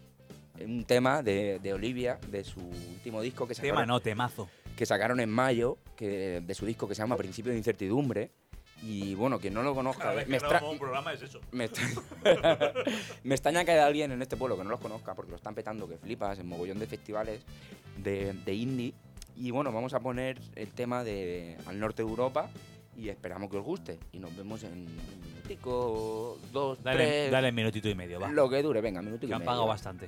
un tema de, de Olivia, de su último disco que Tema sacaron, no, temazo. que sacaron en mayo, que, de su disco que se llama Principio de Incertidumbre. Y bueno, quien no lo conozca, Cada vez me, que extra- grabamos un programa es eso. me, extra- me extraña que haya alguien en este pueblo que no los conozca, porque lo están petando que flipas en mogollón de festivales de, de indie. Y bueno, vamos a poner el tema de Al Norte de Europa y esperamos que os guste. Y nos vemos en un minutico, dos, Dale, tres, dale un minutito y medio, va. lo que dure, venga, minutico Que y han medio. pagado bastante.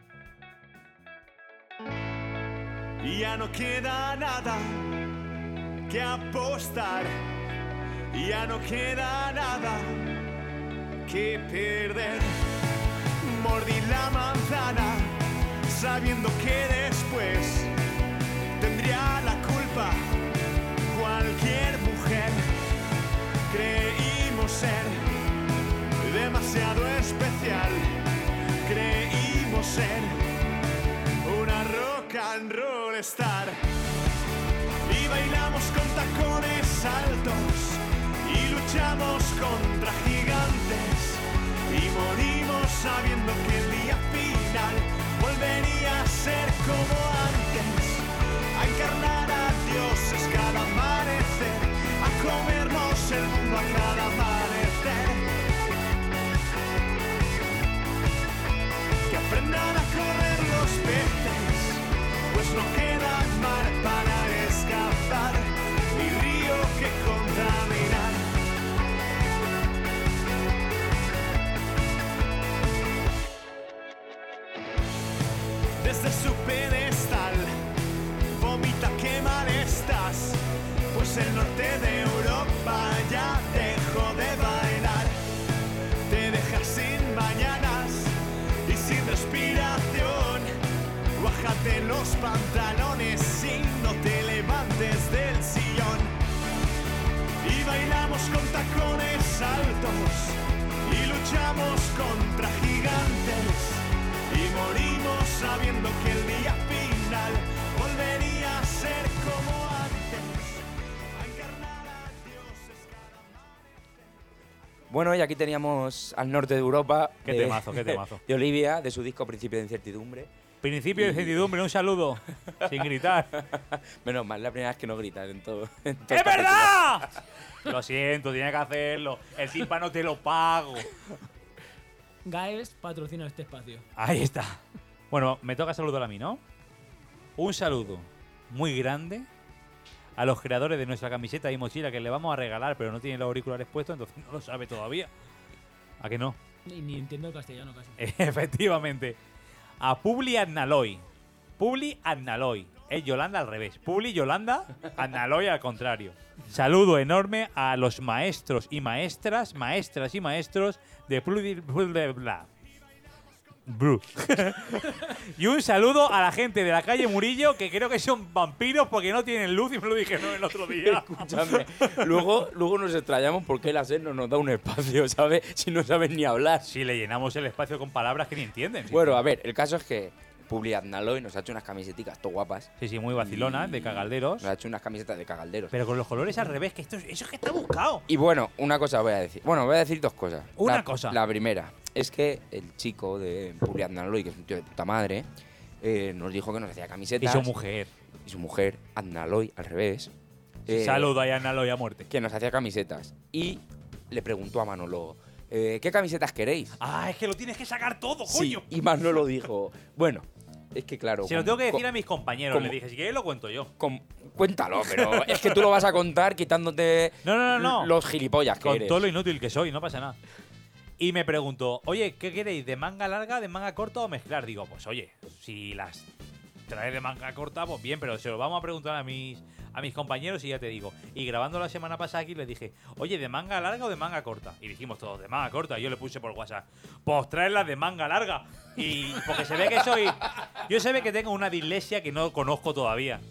Ya no queda nada que apostar, ya no queda nada que perder. Mordí la manzana sabiendo que después tendría la culpa cualquier mujer. Creímos ser demasiado especial, creímos ser una rock and roll star. Y bailamos con tacones altos y luchamos contra gigantes y morimos sabiendo que el día final volvería a ser como antes, a encarnar a dioses cada amanecer, a comernos el mundo a cada amanecer. Que aprendan a correr los peces, pues no queda mar para escapar, ni río que contaminar. Desde su pedestal, vomita que mal estás, pues el norte de Europa ya dejó de bailar. pantalones y no te levantes del sillón. Y bailamos con tacones altos y luchamos contra gigantes y morimos sabiendo que el día final volvería a ser como antes, a encarnar a dioses cada amanecer. Bueno, y aquí teníamos Al norte de Europa. Qué de- temazo, qué temazo. De Olivia, de su disco Principio de Incertidumbre. Principio de incertidumbre, un saludo. Sin gritar. Menos mal, la primera vez que no gritas en todo. en todo ¡Es el capítulo. verdad! Lo siento, tiene que hacerlo. El tímpano te lo pago. Gaes patrocina este espacio. Ahí está. Bueno, me toca saludar a mí, ¿no? Un saludo muy grande a los creadores de nuestra camiseta y mochila que le vamos a regalar, pero no tienen los auriculares puestos, entonces no lo sabe todavía. ¿A que no? Ni, ni entiendo el castellano casi. Efectivamente. A Publi Agnaloy. Publi Agnaloy. Es Yolanda al revés. Publi Yolanda, Agnaloy al contrario. Saludo enorme a los maestros y maestras, maestras y maestros de Publi bla. Bru. Y un saludo a la gente de la calle Murillo, que creo que son vampiros porque no tienen luz y me lo dijeron el otro día. Escúchame, luego, luego nos extrañamos porque la SER no nos da un espacio, ¿sabes? Si no sabes ni hablar. Si le llenamos el espacio con palabras que ni entienden. Sí, Bueno, a ver, el caso es que Publi Agnaloy nos ha hecho unas camisetas todo guapas. sí, sí, muy vacilonas, de cagalderos. Nos ha hecho unas camisetas de cagalderos. Pero con los colores al revés, que esto es, eso es que está buscado. Y bueno, una cosa voy a decir. Bueno, voy a decir dos cosas. Una La- cosa. La primera es que el chico de Publi Agnaloy, que es un tío de puta madre, eh, nos dijo que nos hacía Y camisetas. su mujer. Y su mujer, Agnaloy, al revés. eh, Saludo a Yanaloy a muerte. Que nos hacía camisetas. Y le preguntó a Manolo, eh, ¿qué camisetas queréis? Ah, es que lo tienes que sacar todo, Sí, coño. y Manolo dijo, bueno, es que claro. Se lo como- tengo que decir co- a mis compañeros. como- Le dije, si quieres lo cuento yo. com- Cuéntalo, pero es que tú lo vas a contar quitándote No, no, no, no. los gilipollas que Con eres. todo lo inútil que soy, no pasa nada. Y me preguntó, oye, ¿qué queréis? ¿De manga larga, de manga corta o mezclar? Digo, pues oye, si las traes de manga corta, pues bien, pero se lo vamos a preguntar a mis, a mis compañeros y ya te digo. Y grabando la semana pasada aquí les dije, oye, ¿de manga larga o de manga corta? Y dijimos todos, de manga corta. Y yo le puse por WhatsApp, pues traerlas de manga larga. Y porque se ve que soy. Yo se ve que tengo una dislexia que no conozco todavía.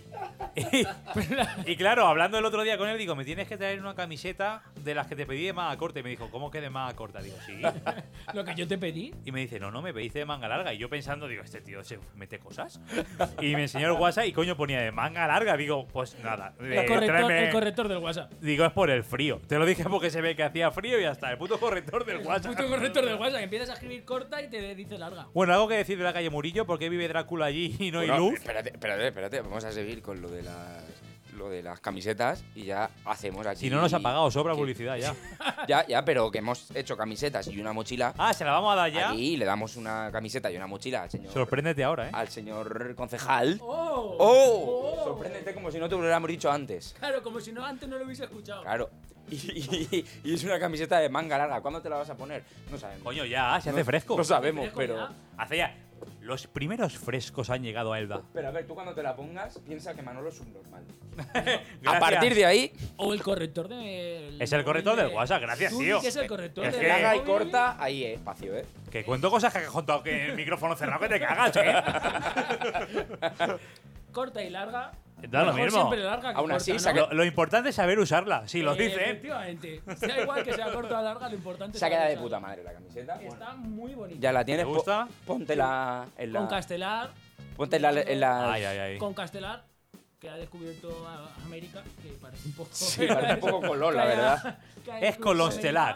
Y, y claro, hablando el otro día con él, digo, me tienes que traer una camiseta de las que te pedí de manga corta. Y me dijo, ¿cómo que de manga corta? Digo, sí. Lo que yo te pedí. Y me dice, no, no, me pediste de manga larga. Y yo pensando, digo, este tío se mete cosas. Y me enseñó el WhatsApp y coño ponía de manga larga. Digo, pues nada. El eh, corrector, tráeme- el corrector del WhatsApp. Digo, es por el frío. Te lo dije porque se ve que hacía frío y ya está. El puto corrector del El WhatsApp. puto corrector del WhatsApp. Empiezas a escribir corta y te dice larga. Bueno, algo que decir de la calle Murillo, ¿por qué vive Drácula allí y no hay Bueno, luz? Espérate, espérate, espérate. Vamos a seguir con lo de las lo de las camisetas y ya hacemos aquí. Si no nos ha pagado, sobra que- publicidad ya. Ya, ya, pero que hemos hecho camisetas y una mochila. Ah, se la vamos a dar ya. Aquí le damos una camiseta y una mochila al señor. Sorpréndete ahora, ¿eh? Al señor concejal. ¡Oh! ¡Oh! Sorpréndete como si no te lo hubiéramos dicho antes. Claro, como si no antes no lo hubiese escuchado. Claro. Y, y- y es una camiseta de manga larga. ¿Cuándo te la vas a poner? No sabemos. Coño, ya, se hace No- fresco. No sabemos, Fresco pero. ya. Hace ya. Los primeros frescos han llegado a Elda. Pero a ver, tú cuando te la pongas, piensa que Manolo es subnormal. Gracias. A partir de ahí, O el corrector de. Es el corrector del WhatsApp, gracias, Tú di tío. que es el corrector Es del que- larga y móvil. corta, ahí es espacio, ¿eh? Que cuento cosas que has contado que en el micrófono cerrado que te cagas, ¿eh? Corta y larga. Da lo Mejor mismo. siempre larga que Aún así, corta, se ha ¿no? Lo, lo importante es saber usarla. Si lo Eh, dicen. Efectivamente. Da igual que sea corta o larga, lo importante Se ha es quedado de saber puta usarla. madre la camiseta. Bueno, Está muy bonita. ya la tienes. ¿Te gusta? po- Póntela en la. Con Castelar. Póntela en la. Ay, ay, ay. Con Castelar, que ha descubierto a- América, que parece un poco. Sí, parece un poco Colón, la Que haya- verdad. que haya Es descubierto Colonstelar.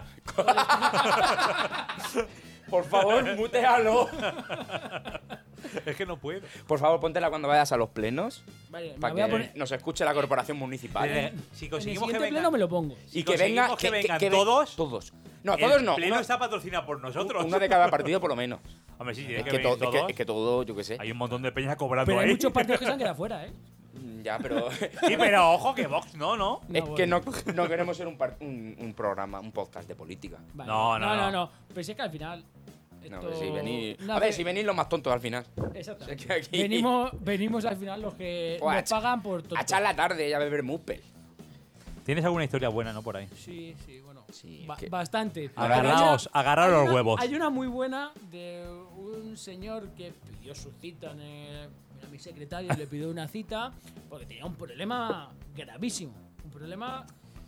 Por favor, mutealo. Es que no puedo. Por favor, póntela cuando vayas a los plenos. Vale, me Para voy a que poner. nos escuche la corporación municipal. Eh, Si En el conseguimos que siguiente pleno vengan. me lo pongo. Si y que venga. conseguimos que vengan ve- todos. Todos. No, El todos no. pleno Uno, está patrocinado por nosotros. uno de cada partido, por lo menos. Hombre, sí, tiene Es que, que, venir to- es, que, todos. es que todo, yo qué sé. Hay un montón de peñas cobrando Pero hay ahí. muchos partidos que se han quedado fuera, ¿eh? Mm, Ya, pero. Sí, pero ojo que Vox no, ¿no? No, es bueno. que no, no queremos ser un, par- un, un programa, un podcast de política. Vale. No, no, no, no. no. Pero si es que al final. No, esto- si venís. No, a ver, que- si venís los más tontos al final. Exacto. Es que aquí- Venimos, venimos al final los que Buah, nos pagan por todo. A echar la tarde y a beber muppel. ¿Tienes alguna historia buena, no? Por ahí. Sí, sí, bueno. Sí, ba- que- bastante. Agarraos, Hay una- agarraos hay los una- huevos. Hay una muy buena de un señor que pidió su cita en el, en el mi secretario y le pidió una cita porque tenía un problema gravísimo. Un problema,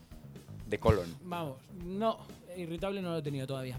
De colon. vamos, no, irritable no lo he tenido todavía.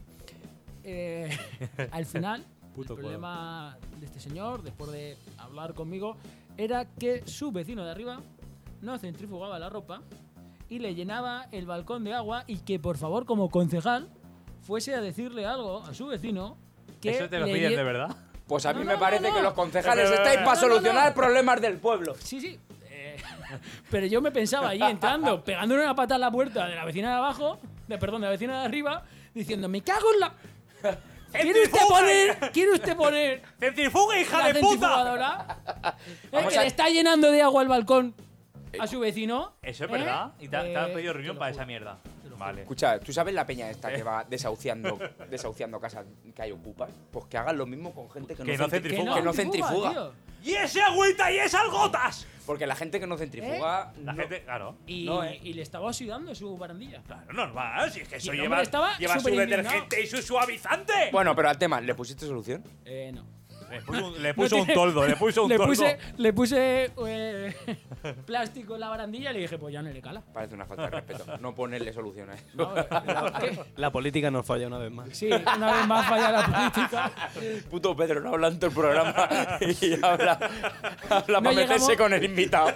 Eh, al final, Puto el problema de este señor, después de hablar conmigo, era que su vecino de arriba no centrifugaba la ropa y le llenaba el balcón de agua y que por favor, como concejal, fuese a decirle algo a su vecino que ¿Eso te lo le piden lle- de verdad? Pues a mí No, me no, parece no, no. que los concejales No, no, no, estáis no, para no, no, solucionar no. problemas del pueblo. Sí, sí. eh, pero yo me pensaba allí entrando, pegándole una patada a la puerta de la vecina de abajo, de, perdón, de la vecina de arriba, diciendo, me cago en la... ¿Quiere usted poner, ¿quiere usted poner ¡Centrifuga, hija la de puta! centrifugadora? ¿Eh, Vamos que a- le está llenando de agua el balcón a su vecino? ¿Eso es ¿Eh? verdad? ¿Y te, te han Eh, pedido te reunión lo para juro. esa mierda? Vale. Escucha, ¿tú sabes la peña esta que va desahuciando, desahuciando casas que hay ocupas? Pues que hagan lo mismo con gente que, Que no, no centri- centrifuga. que no centrifuga. tío. ¡Y ese agüita y esas gotas! Porque la gente que no centrifuga. La no- gente, claro. Y, No, eh. y le estaba oxidando su barandilla. Claro, normal. Si es que eso el lleva, hombre estaba lleva su súper indignado. detergente y su suavizante. Bueno, pero al tema, ¿le pusiste solución? Eh, no. Le puso un, le puso No un tiene- toldo, le puso un le toldo. puse, le puse eh, plástico en la barandilla y le dije, pues ya no le cala. Parece una falta de respeto. No ponerle solución a eso. No, eh, ¿qué? La política nos falla una vez más. Sí, una vez más falla la política. Puto Pedro, no habla en todo el programa y habla, habla No para meterse llegamos- con el invitado.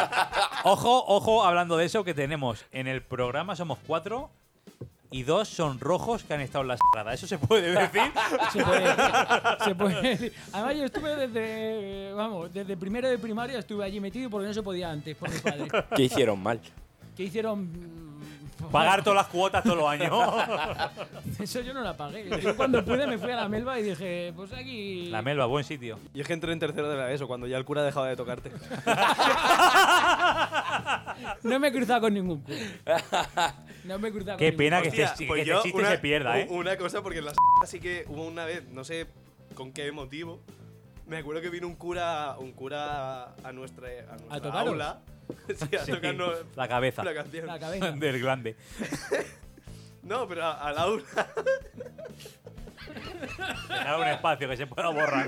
Ojo, ojo, hablando de eso, que tenemos en el programa somos cuatro y dos son rojos que han estado en la sagrada. ¿Eso se puede decir? Se puede, se puede decir. Además, yo estuve desde, vamos, desde primero de primaria estuve allí metido porque no se podía antes por mis padres. ¿Qué hicieron mal? Que hicieron. mm, Pagar todas las cuotas todos los años. Eso yo no la pagué. Yo cuando pude me fui a la Melva y dije, pues aquí. La Melva, buen sitio. Y es que entré en tercero de la ESO, cuando ya el cura dejaba de tocarte. No me he cruzado con ningún culo. No me he cruzado Qué con pena ningún que culo. este, que este chiste se pierda, ¿eh? Una cosa, porque en la sí que hubo una vez, no sé con qué motivo, me acuerdo que vino un cura, un cura a nuestra, a nuestra tocaros? aula. Sí, a Sí, tocarnos la cabeza una canción. La cabeza. del grande. No, pero a- al aula. Dejar un espacio que se pueda borrar.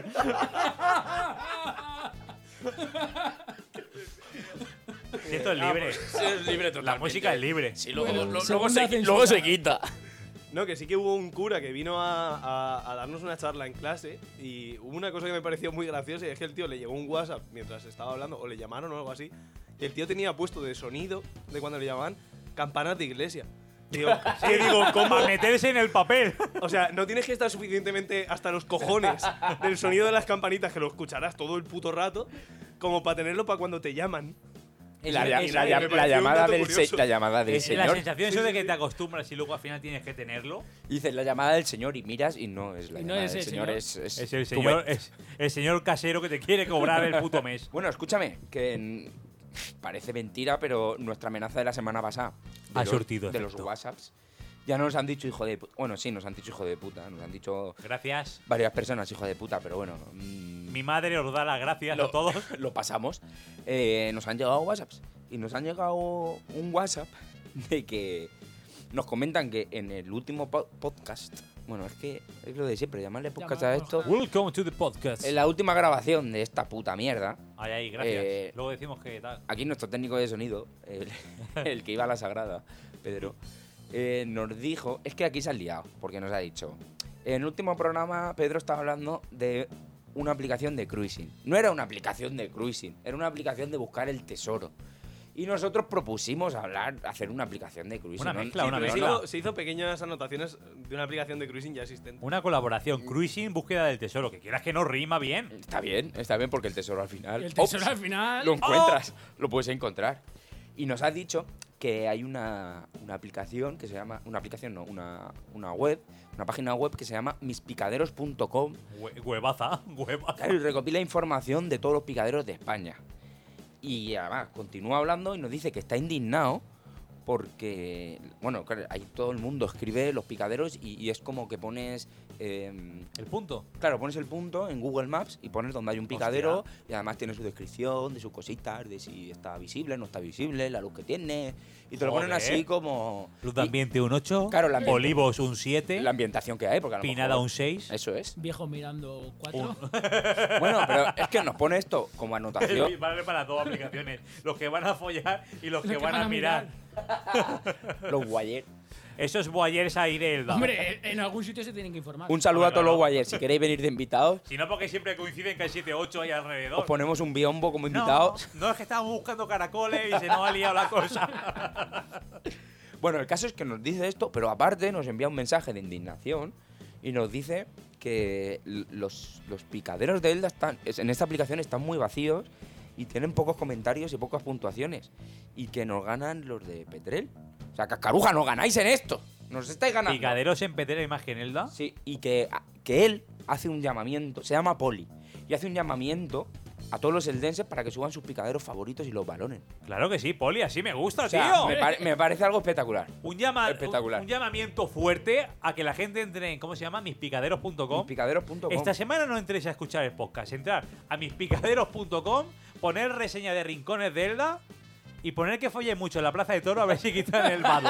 Si esto es libre. Es libre La música es libre. Sí, luego- luego, luego segunda se- censura. luego luego se se quita. No, que sí que hubo un cura que vino a, a- a darnos una charla en clase y hubo una cosa que me pareció muy graciosa y es que el tío le llegó un WhatsApp mientras estaba hablando, o le llamaron o algo así, y el tío tenía puesto de sonido, de cuando le llamaban, campanas de iglesia. Digo, sí, digo, ¿cómo? Para meterse en el papel. O sea, no tienes que estar suficientemente hasta los cojones del sonido de las campanitas, que lo escucharás todo el puto rato, como para tenerlo para cuando te llaman. Y la, Sí, la- y la- me la pareció un llamada dato del se- curioso. la llamada del Es la señor. sensación eso de que te acostumbras y luego al final tienes que tenerlo. Dices la llamada del señor y miras y no es la Y no llamada es del el señor, señor. es, es, Es el tu señor, ve- es el señor casero que te quiere cobrar el puto mes. Bueno, escúchame, que mm, parece mentira, pero nuestra amenaza de la semana pasada de Ha los- surtido de los efecto. WhatsApps ya nos han dicho hijo de puta. Bueno, sí, nos han dicho hijo de puta, nos han dicho Gracias. varias personas hijo de puta, pero bueno, mm, Mi madre os da las gracias a todos. lo pasamos. Eh, nos han llegado WhatsApps y nos han llegado un WhatsApp de que nos comentan que en el último po- podcast, bueno, es que es lo de siempre, llamarle podcast a esto. Llamarlo. Welcome to the podcast. En la última grabación de esta puta mierda, Ay, ay, gracias. Eh, Luego decimos que tal. aquí nuestro técnico de sonido, el, el que iba a la Sagrada, Pedro, eh, nos dijo, es que aquí se han liado, porque nos ha dicho, en el último programa Pedro estaba hablando de una aplicación de cruising. No era una aplicación de cruising, era una aplicación de buscar el tesoro. Y nosotros propusimos hablar, hacer una aplicación de cruising. Una ¿no? mezcla, Sí, una pero se, mezcla. no- hizo, se hizo pequeñas anotaciones de una aplicación de cruising ya existente. Una colaboración. Cruising, búsqueda del tesoro. Que quieras que no rima bien. Está bien, está bien porque el tesoro al final... El tesoro ¡Ops! al final. Lo encuentras, lo puedes encontrar. Y nos ha dicho que hay una, una aplicación que se llama... Una aplicación, no, una, una web, una página web que se llama mis picaderos punto com. Hue- Huevaza, huevaza. Claro, y recopila información de todos los picaderos de España. Y además continúa hablando y nos dice que está indignado porque, bueno, claro, ahí todo el mundo escribe los picaderos y, y es como que pones... eh, El punto. Claro, pones el punto en Google Maps y pones donde hay un picadero y además tiene su descripción de sus cositas, de si está visible, no está visible, la luz que tiene. Y te lo ponen Joder. así como... Luz de ambiente un ocho, Claro, la ambiente- Olivos un siete, la ambientación que hay, porque a lo Pinada mejor- un seis. Eso es. Viejos mirando cuatro. Un- Bueno, pero es que nos pone esto como anotación. Vale para dos aplicaciones. Los que van a follar y los que, van, a mirar. Los guayers. Esos boyers ahí de Elda. Hombre, en algún sitio se tienen que informar. Un saludo a todos Claro. los guayers. Si queréis venir de invitados, Si no, porque siempre coinciden que hay siete ocho ahí alrededor. os ponemos un biombo como no, invitados. no es que estábamos buscando caracoles y se nos ha liado la cosa. Bueno, el caso es que nos dice esto, pero aparte nos envía un mensaje de indignación y nos dice que l- los, los picaderos de Elda están, es- en esta aplicación están muy vacíos y tienen pocos comentarios y pocas puntuaciones. Y que nos ganan los de Petrel. O sea, cascaruja, no ganáis en esto. Nos estáis ganando. Picaderos en Petera y más que en Elda. Sí, y que, que él hace un llamamiento, se llama Poli, y hace un llamamiento a todos los eldenses para que suban sus picaderos favoritos y los balonen. Claro que sí, Poli, así me gusta, O sea, tío. me, pare- me parece algo espectacular. Un, llama, Espectacular. Un, un llamamiento fuerte a que la gente entre en, ¿cómo se llama? mispicaderos punto com. Picaderos punto com. Esta semana no entréis a escuchar el podcast, entrar a mispicaderos punto com, poner reseña de rincones de Elda y poner que folle mucho en la plaza de toro a ver si quitan el vado.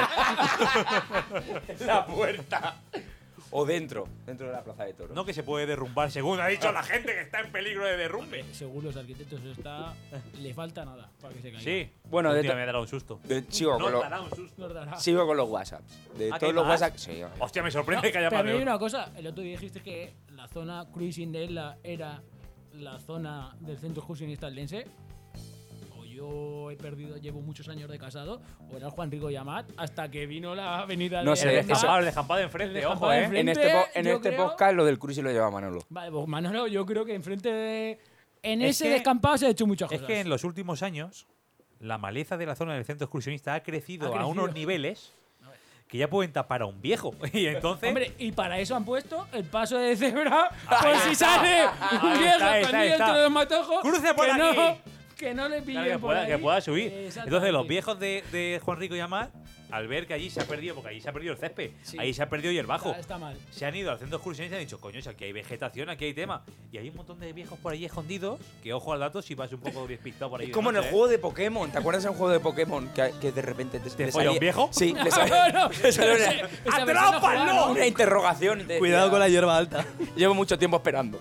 la puerta. O dentro, dentro de la plaza de toros. No que se puede derrumbar, según ha dicho la gente que está en peligro de derrumbe. Según los arquitectos está, le falta nada para que se caiga. Sí. Bueno, de Hostia, to- me ha dado un susto. De- sigo, No con lo- dará un susto. Nos dará. sigo con los WhatsApps. De ¿Ah, que todos hay los más? WhatsApp. Sí, Hostia, me sorprende No, que haya pero a mí hay más. una cosa. El otro día dijiste que la zona cruising de Elda era la zona del centro excursionista eldense. O yo he perdido, llevo muchos años de casado, o era el Juan Rico Yamat, hasta que vino la avenida No de sé, El es que descampado, se- el descampado de enfrente, El descampado ojo, de eh. enfrente. en este, po- en yo este creo- podcast lo del cruise lo lleva Manolo. Vale, pues Manolo, yo creo que enfrente de. En Es ese que- descampado se ha hecho muchas Es cosas. que en los últimos años la maleza de la zona del centro excursionista ha crecido, Ha a crecido. unos niveles que ya pueden tapar a un viejo. Y entonces. Hombre, y para eso han puesto el paso de cebra, Ahí por si está. sale un Ahí viejo está, ahí está, escondido ahí está. entre los matojos. ¡Cruce por que aquí! No, que no le pillen Claro, que, por pueda, ahí. que pueda subir. Exactamente. Entonces los viejos de, de Juan Rico y Amat, al ver que allí se ha perdido, porque allí se ha perdido el césped, Sí. ahí se ha perdido y el bajo, Está, está mal. se han ido al centro excursionista y han dicho, coño, si aquí hay vegetación, aquí hay tema. Y hay un montón de viejos por allí escondidos, que ojo al dato si vas un poco despistado por ahí. Es de como en el noche, ¿eh? juego de Pokémon. ¿Te acuerdas en el juego de Pokémon que, que de repente te, ¿Te le folla un salía- viejo? Sí, le No, sale, no, le sale ese- una, esa versión no jugaba, ¿no? una interrogación. y te Cuidado decía, con la hierba alta. Llevo mucho tiempo esperando.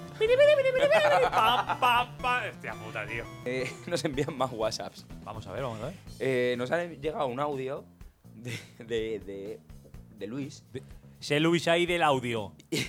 Pa, pa, pa. Hostia puta, tío. Eh, nos envían más WhatsApps. Vamos a ver, vamos a ver. Eh, nos ha llegado un audio de, de, de, de Luis. Sé Luis ahí del audio.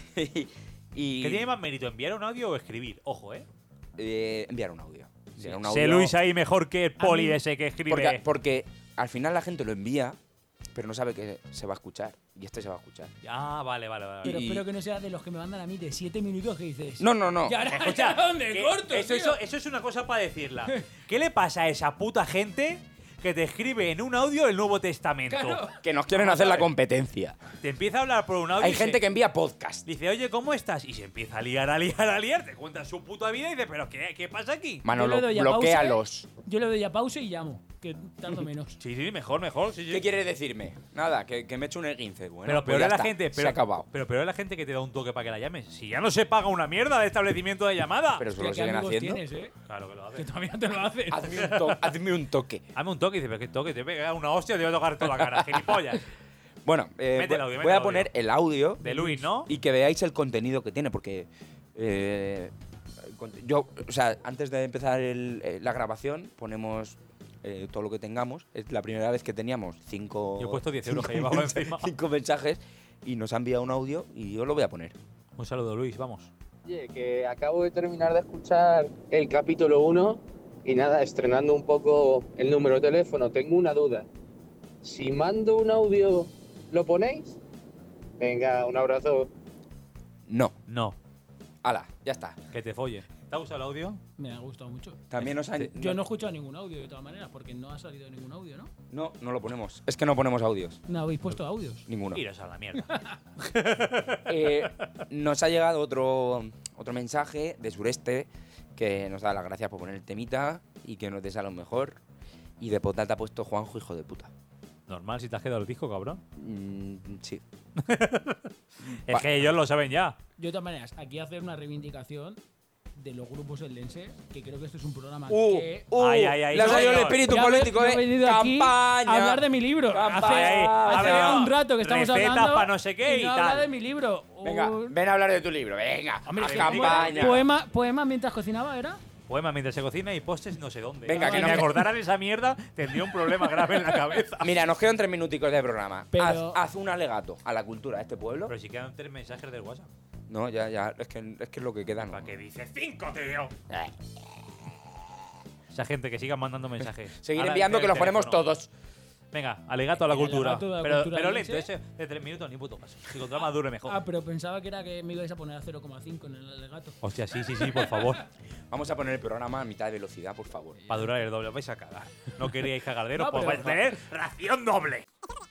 y ¿Qué tiene más mérito, enviar un audio o escribir? Ojo, ¿eh? eh, enviar un audio. Enviar un Sé audio Luis ahí mejor que el poli mí- ese que escribe. porque, porque al final la gente lo envía, pero no sabe que se va a escuchar. Y este se va a escuchar. Ah, vale, vale, vale. Pero Y- espero que no sea de los que me mandan a mí de siete minutos que dices. No, no, no. ¿Y ahora Escucha, dónde que corto? eso, tío? eso, eso es una cosa para decirla. ¿Qué le pasa a esa puta gente que te escribe en un audio el Nuevo Testamento? Claro. Que nos quieren Vamos hacer a la ver. competencia. Te empieza a hablar por un audio. Hay y gente se- que envía podcast. dice, oye, ¿cómo estás? Y se empieza a liar, a liar, a liar. Te cuenta su puta vida y dice, ¿pero qué, qué pasa aquí? Manolo, Yo le doy a pausa, bloquéalos. Yo le doy a pausa y llamo, que tardo menos. Sí, sí, mejor, mejor. Sí, sí. ¿Qué quieres decirme? Nada, que, que me he hecho un esguince. Bueno, Pero pues peor ya es la está, gente, se pero, ha acabado. pero peor es la gente que te da un toque para que la llames. Si ya no se paga una mierda de establecimiento de llamada. Pero eso Hostia, lo ¿qué siguen amigos haciendo. tienes, eh? Claro que lo hace. Que todavía te lo hacen. Hazme un, to- hazme un toque. Hazme un toque y dice, pero qué toque, te pega una hostia y te voy a tocar toda la cara, gilipollas. Bueno, eh, Mete el voy- audio, voy mete a el poner audio. el audio De Luis, ¿no? y que veáis el contenido que tiene, porque eh, el conte- yo, o sea, antes de empezar el- eh, la grabación ponemos eh, todo lo que tengamos. Es la primera vez que teníamos cinco, Yo he puesto diez euros que cinco llevaba mensajes- encima. cinco mensajes y nos ha enviado un audio y yo lo voy a poner. Un saludo, Luis, vamos. Oye, que acabo de terminar de escuchar el capítulo uno y nada, estrenando un poco el número de teléfono, tengo una duda. Si mando un audio, ¿lo ponéis? Venga, un abrazo. No, No, ala, ya está. que te folle. ¿Te ha gustado el audio? Me ha gustado mucho. También nos han... Yo no he escuchado ningún audio de todas maneras, porque no ha salido ningún audio, ¿no? No, no lo ponemos. Es que no ponemos audios. No habéis puesto audios. Ninguno. Iros a la mierda. Eh, nos ha llegado otro, otro mensaje de Sureste que nos da las gracias por poner el temita y que nos desea lo mejor. Y de potata ha puesto Juanjo, hijo de puta. Normal, si te has quedado el disco, cabrón. Mm, sí. Es que ellos lo saben ya. Yo de todas maneras, aquí hacer una reivindicación de los grupos eldenses, que creo que esto es un programa Uh, que… uh, Ay, ay, ay, le ha salido el señor. espíritu Yo he- político, yo he ¿eh? venido aquí Campaña. a hablar de mi libro. Campaña. Hace, Ahí, hace habla. un rato que estamos Recetas hablando pa' no sé qué y y no tal. habla de mi libro. Venga, Un- ven a hablar de tu libro, venga. Hombre, a es que ¿cómo era? campaña. Poema, poema mientras cocinaba, ¿era? Poema mientras se cocina y postes no sé dónde. Venga, que que me no- acordaran esa mierda, tendría un problema grave en la cabeza. Mira, nos quedan tres minuticos de programa. Pero- Haz, haz un alegato a la cultura de este pueblo. Pero si quedan tres mensajes del WhatsApp. No, ya, ya, es que es que es lo que queda, ¿no? ¿Para qué dice cinco, tío? Eh, Esa gente que siga mandando mensajes. Seguir Ahora, enviando el que los ponemos teléfono. todos. Venga, alegato a la El cultura. alegato de la pero cultura pero lento, eldense. ese de tres minutos ni puto caso. Si contra más dure mejor. Ah, pero pensaba que era que me ibais a poner a cero coma cinco en el alegato. Hostia, sí, sí, sí, por favor. Vamos a poner el programa a mitad de velocidad, por favor. Para durar el doble, os vais a cagar. No queríais cagarderos, No, pues pero- vais a tener ración doble.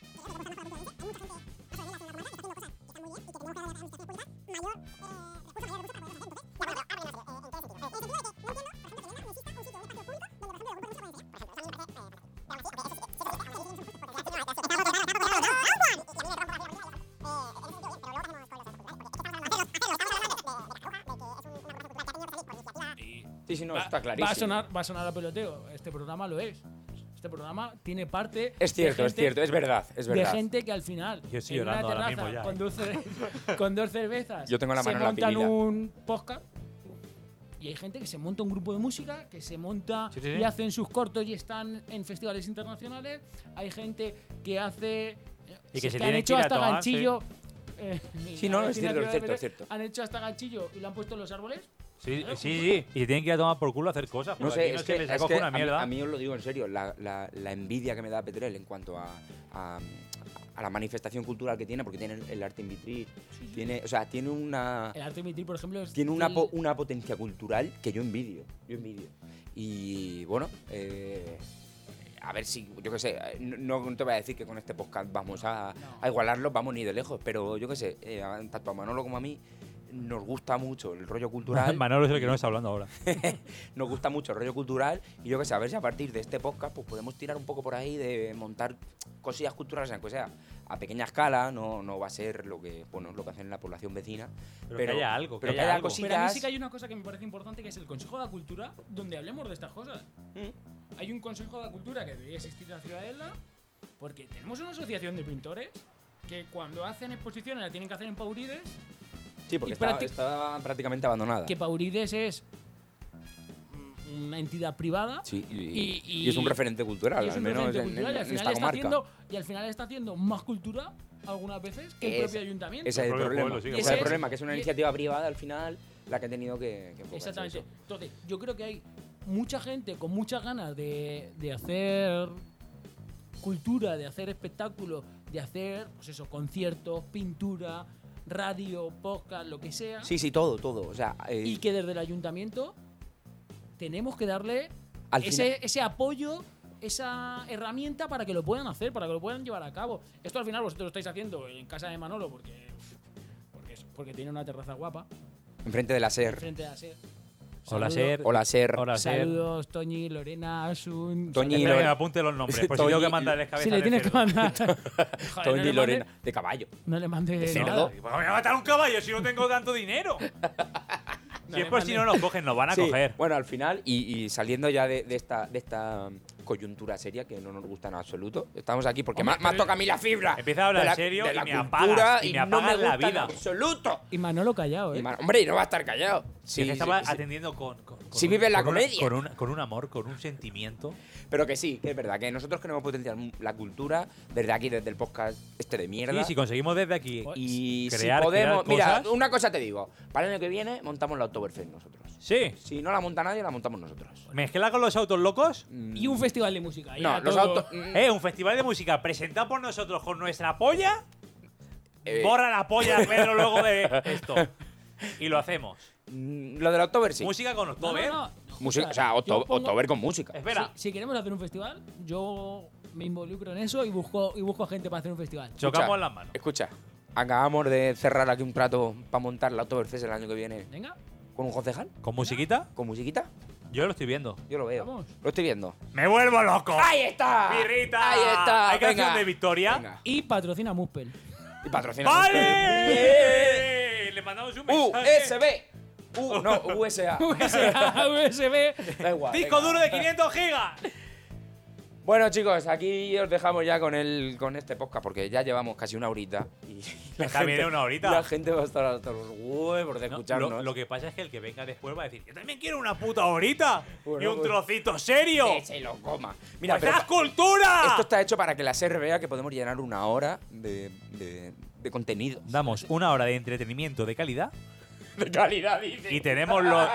Sí, sí, no, Va- está clarísimo. Va a sonar, va a sonar a peloteo. Este programa lo es. Este programa tiene parte. Es cierto, de es gente- cierto, es verdad, es De verdad. gente que al final, Yo estoy en una llorando ahora terraza, mismo ya, con, eh. dos cer- con dos cervezas, Yo tengo la se mano en la montan pinilla. un podcast. Y hay gente que se monta un grupo de música, que se monta Sí, sí, y sí. hacen sus cortos y están en festivales internacionales. Hay gente que hace. Y que se han tienen hecho que ir a hasta tomar, ganchillo. eh, Sí, la no, es vecina cierto, que es va cierto, a ver, es cierto. Han hecho hasta ganchillo y lo han puesto en los árboles. Sí, sí, sí. Y se tienen que ir a tomar por culo a hacer cosas. No porque sé, aquí no es se que, les es acoge que una a, mí, mierda. a mí os lo digo en serio, la, la- la envidia que me da Petrel en cuanto a, a, a la manifestación cultural que tiene, porque tiene el, el arte en vitrid, tiene, o sea, tiene una El arte emitir, por ejemplo, es tiene una, el- po- una potencia cultural que yo envidio, yo envidio. Y bueno, eh, a ver si, yo qué sé, no, no te voy a decir que con este podcast vamos a, a igualarlo, vamos ni de lejos, pero yo qué sé, eh, a- tanto a Manolo como a mí nos gusta mucho el rollo cultural. Manolo es el que no está hablando ahora. Nos gusta mucho el rollo cultural y yo que sé, a ver si a partir de este podcast pues podemos tirar un poco por ahí de montar cosillas culturales, aunque sea a pequeña escala, no, no va a ser lo que bueno lo que hacen en la población vecina. Pero que haya algo, que pero haya algo. cosillas. Pero a mí sí que hay una cosa que me parece importante, que es el Consejo de la Cultura, donde hablemos de estas cosas. Mm. Hay un Consejo de la Cultura que debería existir en la Ciudadela, porque tenemos una asociación de pintores que cuando hacen exposiciones la tienen que hacer en Paurides, Sí, porque y está, prácti- está prácticamente abandonada. que Paurides es una entidad privada. Sí, y, y- y es un referente cultural, y es al un menos referente en, cultural, en- y, al en final esta está comarca. haciendo, y al final está haciendo más cultura algunas veces que el Es- propio ayuntamiento. Ese es el propio problema. pueblo, sí, Ese que es puede el ser. problema, que es una Y- iniciativa privada al final la que ha tenido que, que enfocarse Exactamente. eso. Entonces, yo creo que hay mucha gente con muchas ganas de, de hacer cultura, de hacer espectáculos, de hacer, pues eso, conciertos, pintura, radio, podcast, lo que sea. Sí, sí, todo, todo. O sea, eh, Y que desde el ayuntamiento tenemos que darle al ese, final- ese apoyo, esa herramienta para que lo puedan hacer, para que lo puedan llevar a cabo. Esto al final vosotros lo estáis haciendo en casa de Manolo porque, porque, es- porque tiene una terraza guapa, enfrente de la SER. frente a la SER. Hola, Saludos- Ser. Hola, SER. Hola, Ser. Saludos, Toñi, Lorena, Asun. Toñi, Espera que Lore- me apunte los nombres, por si Toñi- tengo que mandarles cabeza Si le de tienes que cerdo. mandar. Joder, Toñi no y le Lorena. mande- De caballo. No le mandes De cerdo. nada. ¿Por qué me voy a matar un caballo si no tengo tanto dinero? No Si es le por si no mandes- nos cogen, nos van a Sí, coger. Bueno, al final, y, y saliendo ya de, de esta, de esta coyuntura seria que no nos gusta en absoluto, estamos aquí porque Hombre, me, me ha pero- tocado a mí la fibra. Empieza a hablar de la- en serio de y la me cultura apagas, y me no apagas la gusta en vida. absoluto. Y Manolo callado, Y ¿eh? man- hombre, y no va a estar callado. Sí, Sí, que estaba sí, sí. atendiendo con, con, con Sí un- vive la con una- comedia. con, un, con un amor, con un sentimiento. Pero que sí, que es verdad, que nosotros queremos potenciar la cultura desde aquí, desde el podcast este de mierda. Sí, si conseguimos desde aquí Pues, Y crear, si podemos, crear mira, cosas. una cosa te digo, para el año que viene montamos la Oktoberfest nosotros. Sí. Si no la monta nadie, la montamos nosotros. ¿Mezcla con los autos locos? Y un festival de música. No, ya los todo. autos. mm, Eh, un festival de música presentado por nosotros con nuestra polla. eh, Borra la polla, Pedro, luego de esto. Y lo hacemos. mm, Lo del Oktober sí. Música con No, October. no, no. Música, o Escucha, sea, yo Okto- pongo- Oktober con música. Espera, Si, si queremos hacer un festival, yo me involucro en eso y busco, y busco gente para hacer un festival. chocamos Escucha, las manos. Escucha, acabamos de cerrar aquí un trato para montar la Oktoberfest el año que viene Venga. con un concejal, ¿Con musiquita? con musiquita. Yo lo estoy viendo. Yo lo veo. Vamos. Lo estoy viendo. ¡Me vuelvo loco! ¡Ahí está! ¡Birrita! ¡Ahí está! ¿Hay canción Venga. de Victoria? Venga. Y patrocina Muspel. Y patrocina. ¡Vale! Le mandamos un U mensaje. S B. U, no, U S A. U S A, U S B. Da igual. Disco venga. duro de quinientos gigas. Bueno, chicos, aquí os dejamos ya con el con este podcast porque ya llevamos casi una horita. Y la Está bien, una horita. La gente va a estar hasta los huevos de No, escucharnos. lo, lo que pasa es que el que venga después va a decir: Yo también quiero una puta horita. Bueno, y un pues- trocito serio. Que se lo coma. Mira, Pues pero ¡haz cultura! esto está hecho para que la S E R vea que podemos llenar una hora de, de, de contenido. Damos una hora de entretenimiento de calidad De calidad, dice. y tenemos los.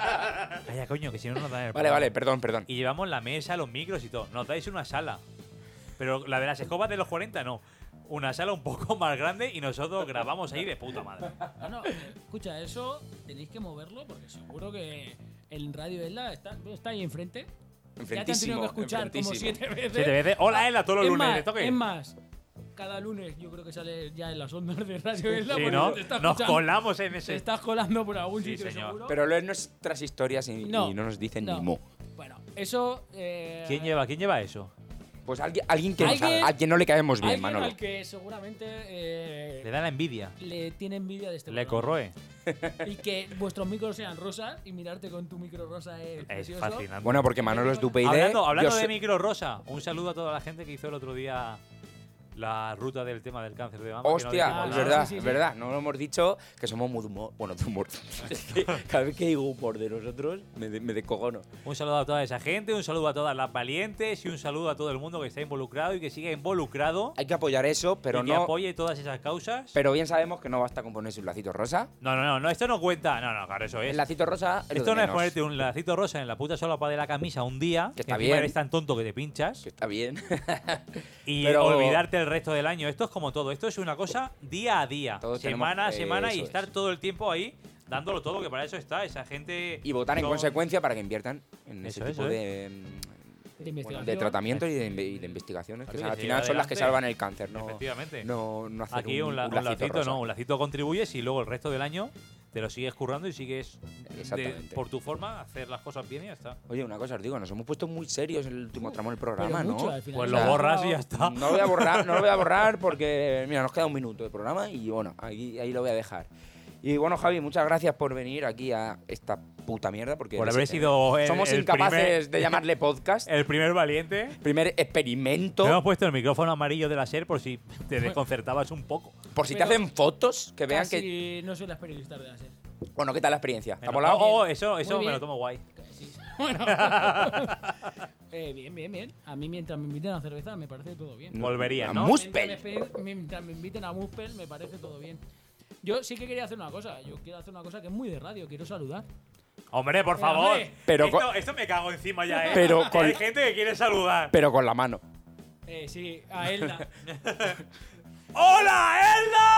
Vaya coño, que si no nos dan el Vale, programa. vale, perdón, perdón. Y llevamos la mesa, los micros y todo. Nos dais una sala. Pero la de las escobas de los cuarenta no. Una sala un poco más grande y nosotros grabamos ahí de puta madre. No, no, eh, escucha, eso tenéis que moverlo porque seguro que en Radio Elda está, está ahí enfrente. Ya te han tenido Enfrentísimo, que escuchar como enfrentísimo. siete veces. Siete veces. Hola, Ela, todos los es lunes. más, ¿Esto qué? es más, cada lunes yo creo que sale ya en las ondas de Radio Elda. Sí, porque ¿no? te está Nos escuchando. colamos en Te ese. estás colando por algún Sí, sitio, señor. seguro. Pero leen nuestras historias y No, y no nos dicen no. ni mu. Bueno, eso. Eh, ¿Quién lleva, ¿Quién lleva eso? Pues alguien, alguien que nos Alguien- haga- a quien no le caemos bien, Alguien Manolo. al que seguramente eh, Le da la envidia. le tiene envidia de este Le programa. corroe. Y que vuestros micros sean rosas y mirarte con tu micro rosa es, Es precioso. fascinante. Bueno, porque Manolo es Dupeide. Hablando, hablando yo de sé- micro rosa, un saludo a toda la gente que hizo el otro día la ruta del tema del cáncer de mama. que no Hostia, dijimos es nada. verdad, Sí, sí, es sí. verdad. No lo hemos dicho que somos muy de humor. Bueno, de humor. Es que cada vez que digo humor de nosotros, me, de- me descojono. Un saludo a toda esa gente, un saludo a todas las valientes y un saludo a todo el mundo que está involucrado y que sigue involucrado Hay que apoyar eso, pero y que no. apoye todas esas causas. Pero bien sabemos que no basta con ponerse un lacito rosa. No, no, no, no, esto no cuenta. No, no, claro, eso es. El lacito rosa es lo Esto de no es menos. ponerte un lacito rosa en la puta solapa de la camisa un día, Que está encima bien. eres tan tonto que te pinchas, Que está bien. y pero- olvidarte el resto del año. Esto es como todo, esto es una cosa día a día, Todos semana a tenemos- semana y eso estar es. todo el tiempo ahí dándolo todo, que para eso está esa gente. Y votar en son- consecuencia para que inviertan en Eso, ese tipo eso de, De bueno, investigación. de tratamientos y de, inve- y de investigaciones. Que Claro, al que final siga son las que adelante. salvan el cáncer, no, Efectivamente. no, no hacer Aquí un, un, la- un un lacito lacito, rosa. no, un lacito contribuyes y luego el resto del año te lo sigues currando y sigues de- Exactamente. por tu forma hacer las cosas bien y ya está. Oye, una cosa os digo, nos hemos puesto muy serios en el último tramo del Pero programa, mucho, ¿no? al final. Pues O lo sea, borras y ya está. No lo voy a borrar, no lo voy a borrar porque, mira, nos queda un minuto de programa y bueno, ahí, ahí lo voy a dejar. Y bueno, Javi, muchas gracias por venir aquí a esta puta mierda porque Por eres- haber sido el- somos el incapaces primer- de llamarle podcast. El primer valiente. Primer experimento. Te hemos puesto el micrófono amarillo de la SER por si te desconcertabas un poco. Por si te Pero hacen fotos, que vean que. Casi no soy las periodistas de la SER. Bueno, ¿qué tal la experiencia? ¿Te ha Bueno, molado? oh, oh, eso eso Muy me bien. lo tomo guay. Sí. Bueno. Eh, bien, bien, bien. A mí mientras me inviten a cerveza me parece todo bien. Volvería, A ¿no? Muspel. Mientras me, espe- mientras me inviten a Muspel me parece todo bien. Yo sí que quería hacer una cosa. Yo quiero hacer una cosa que es muy de radio. Quiero saludar. Hombre, por Eh, favor. hombre. Pero esto, con- esto me cago encima ya, ¿eh? Pero Que con- Hay gente que quiere saludar. Pero con la mano. Eh, sí, a Elda. ¡Hola,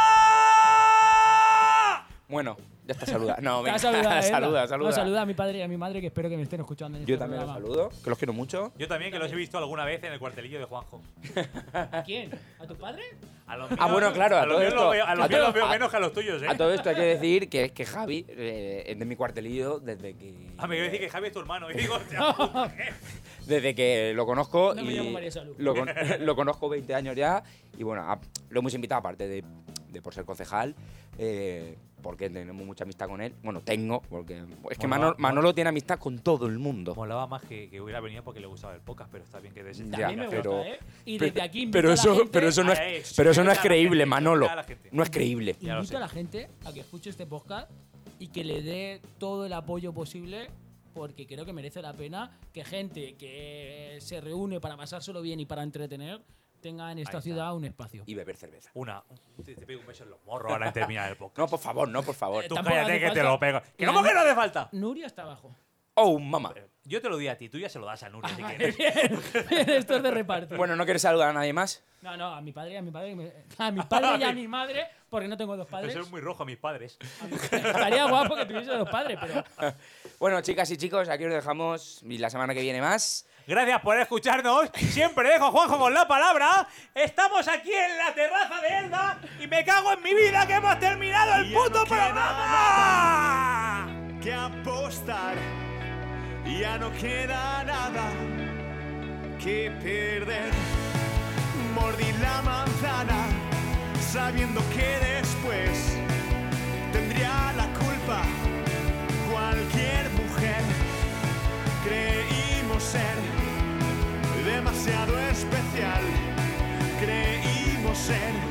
Elda! Bueno, ya está saludada. No, Te venga, ha saludado a Elda. saluda, No, saluda. saluda a mi padre y a mi madre que espero que me estén escuchando en este Yo también los programa. saludo, que los quiero mucho. Yo también, que los he visto alguna vez en el cuartelillo de Juanjo. ¿A quién? ¿A tu padre? A los Ah, bueno, claro, a a los todo míos esto- los veo, a los a míos todo- los veo a- menos que a los tuyos, ¿eh? A todo esto hay que decir que es que Javi eh, es de mi cuartelillo desde que. Ah, me iba a decir que Javi es tu hermano. Y digo, hostia, puta, ¿qué? Desde que lo conozco No me y llamo María Salud. lo, con- lo conozco veinte años ya y bueno, a- lo hemos invitado aparte de, de por ser concejal, eh, porque tenemos mucha amistad con él. Bueno, tengo, porque es que Molaba- Manolo, Manolo tiene amistad con todo el mundo. Molaba más que, que hubiera venido porque le gustaba el podcast, pero está bien que des esta Ya, También me pero- gusta, ¿eh? Y Pero, desde aquí invito pero a la eso, gente, pero eso no es, Ay, ay, pero eso no explica es a la creíble, gente, Manolo. explica a la gente. No es creíble. Ya lo invito sé. a la gente a que escuche este podcast y que le dé todo el apoyo posible porque creo que merece la pena que gente que se reúne para pasárselo bien y para entretener tenga en esta Ahí está. ciudad un espacio. Y beber cerveza. Una. Te, te pego un beso en los morros ahora en terminar el podcast. No, por favor, no, por favor. Tú tampoco cállate hace que te falta. lo pego. ¿Que La- ¿Cómo que no hace falta? Nuria está abajo. Oh, mamá. Yo te lo di a ti, tú ya se lo das a Nuria si Vale, quieres. bien. Esto es de reparto. Bueno, ¿no quieres saludar a nadie más? No, no, a mi padre y a mi padre. me- A mi padre y a mi madre, porque no tengo dos padres. Eso es muy rojo a mis padres. Estaría guapo que tuviese dos padres, pero. Bueno, chicas y chicos, aquí os dejamos y la semana que viene más. Gracias por escucharnos. Siempre dejo a Juanjo con la palabra. Estamos aquí en la terraza de Elda y me cago en mi vida que hemos terminado el Ya no puto queda programa. que apostar y Ya no queda nada que perder. Mordí la manzana sabiendo que después tendría la culpa cualquier mujer. Creímos ser demasiado especial, creímos ser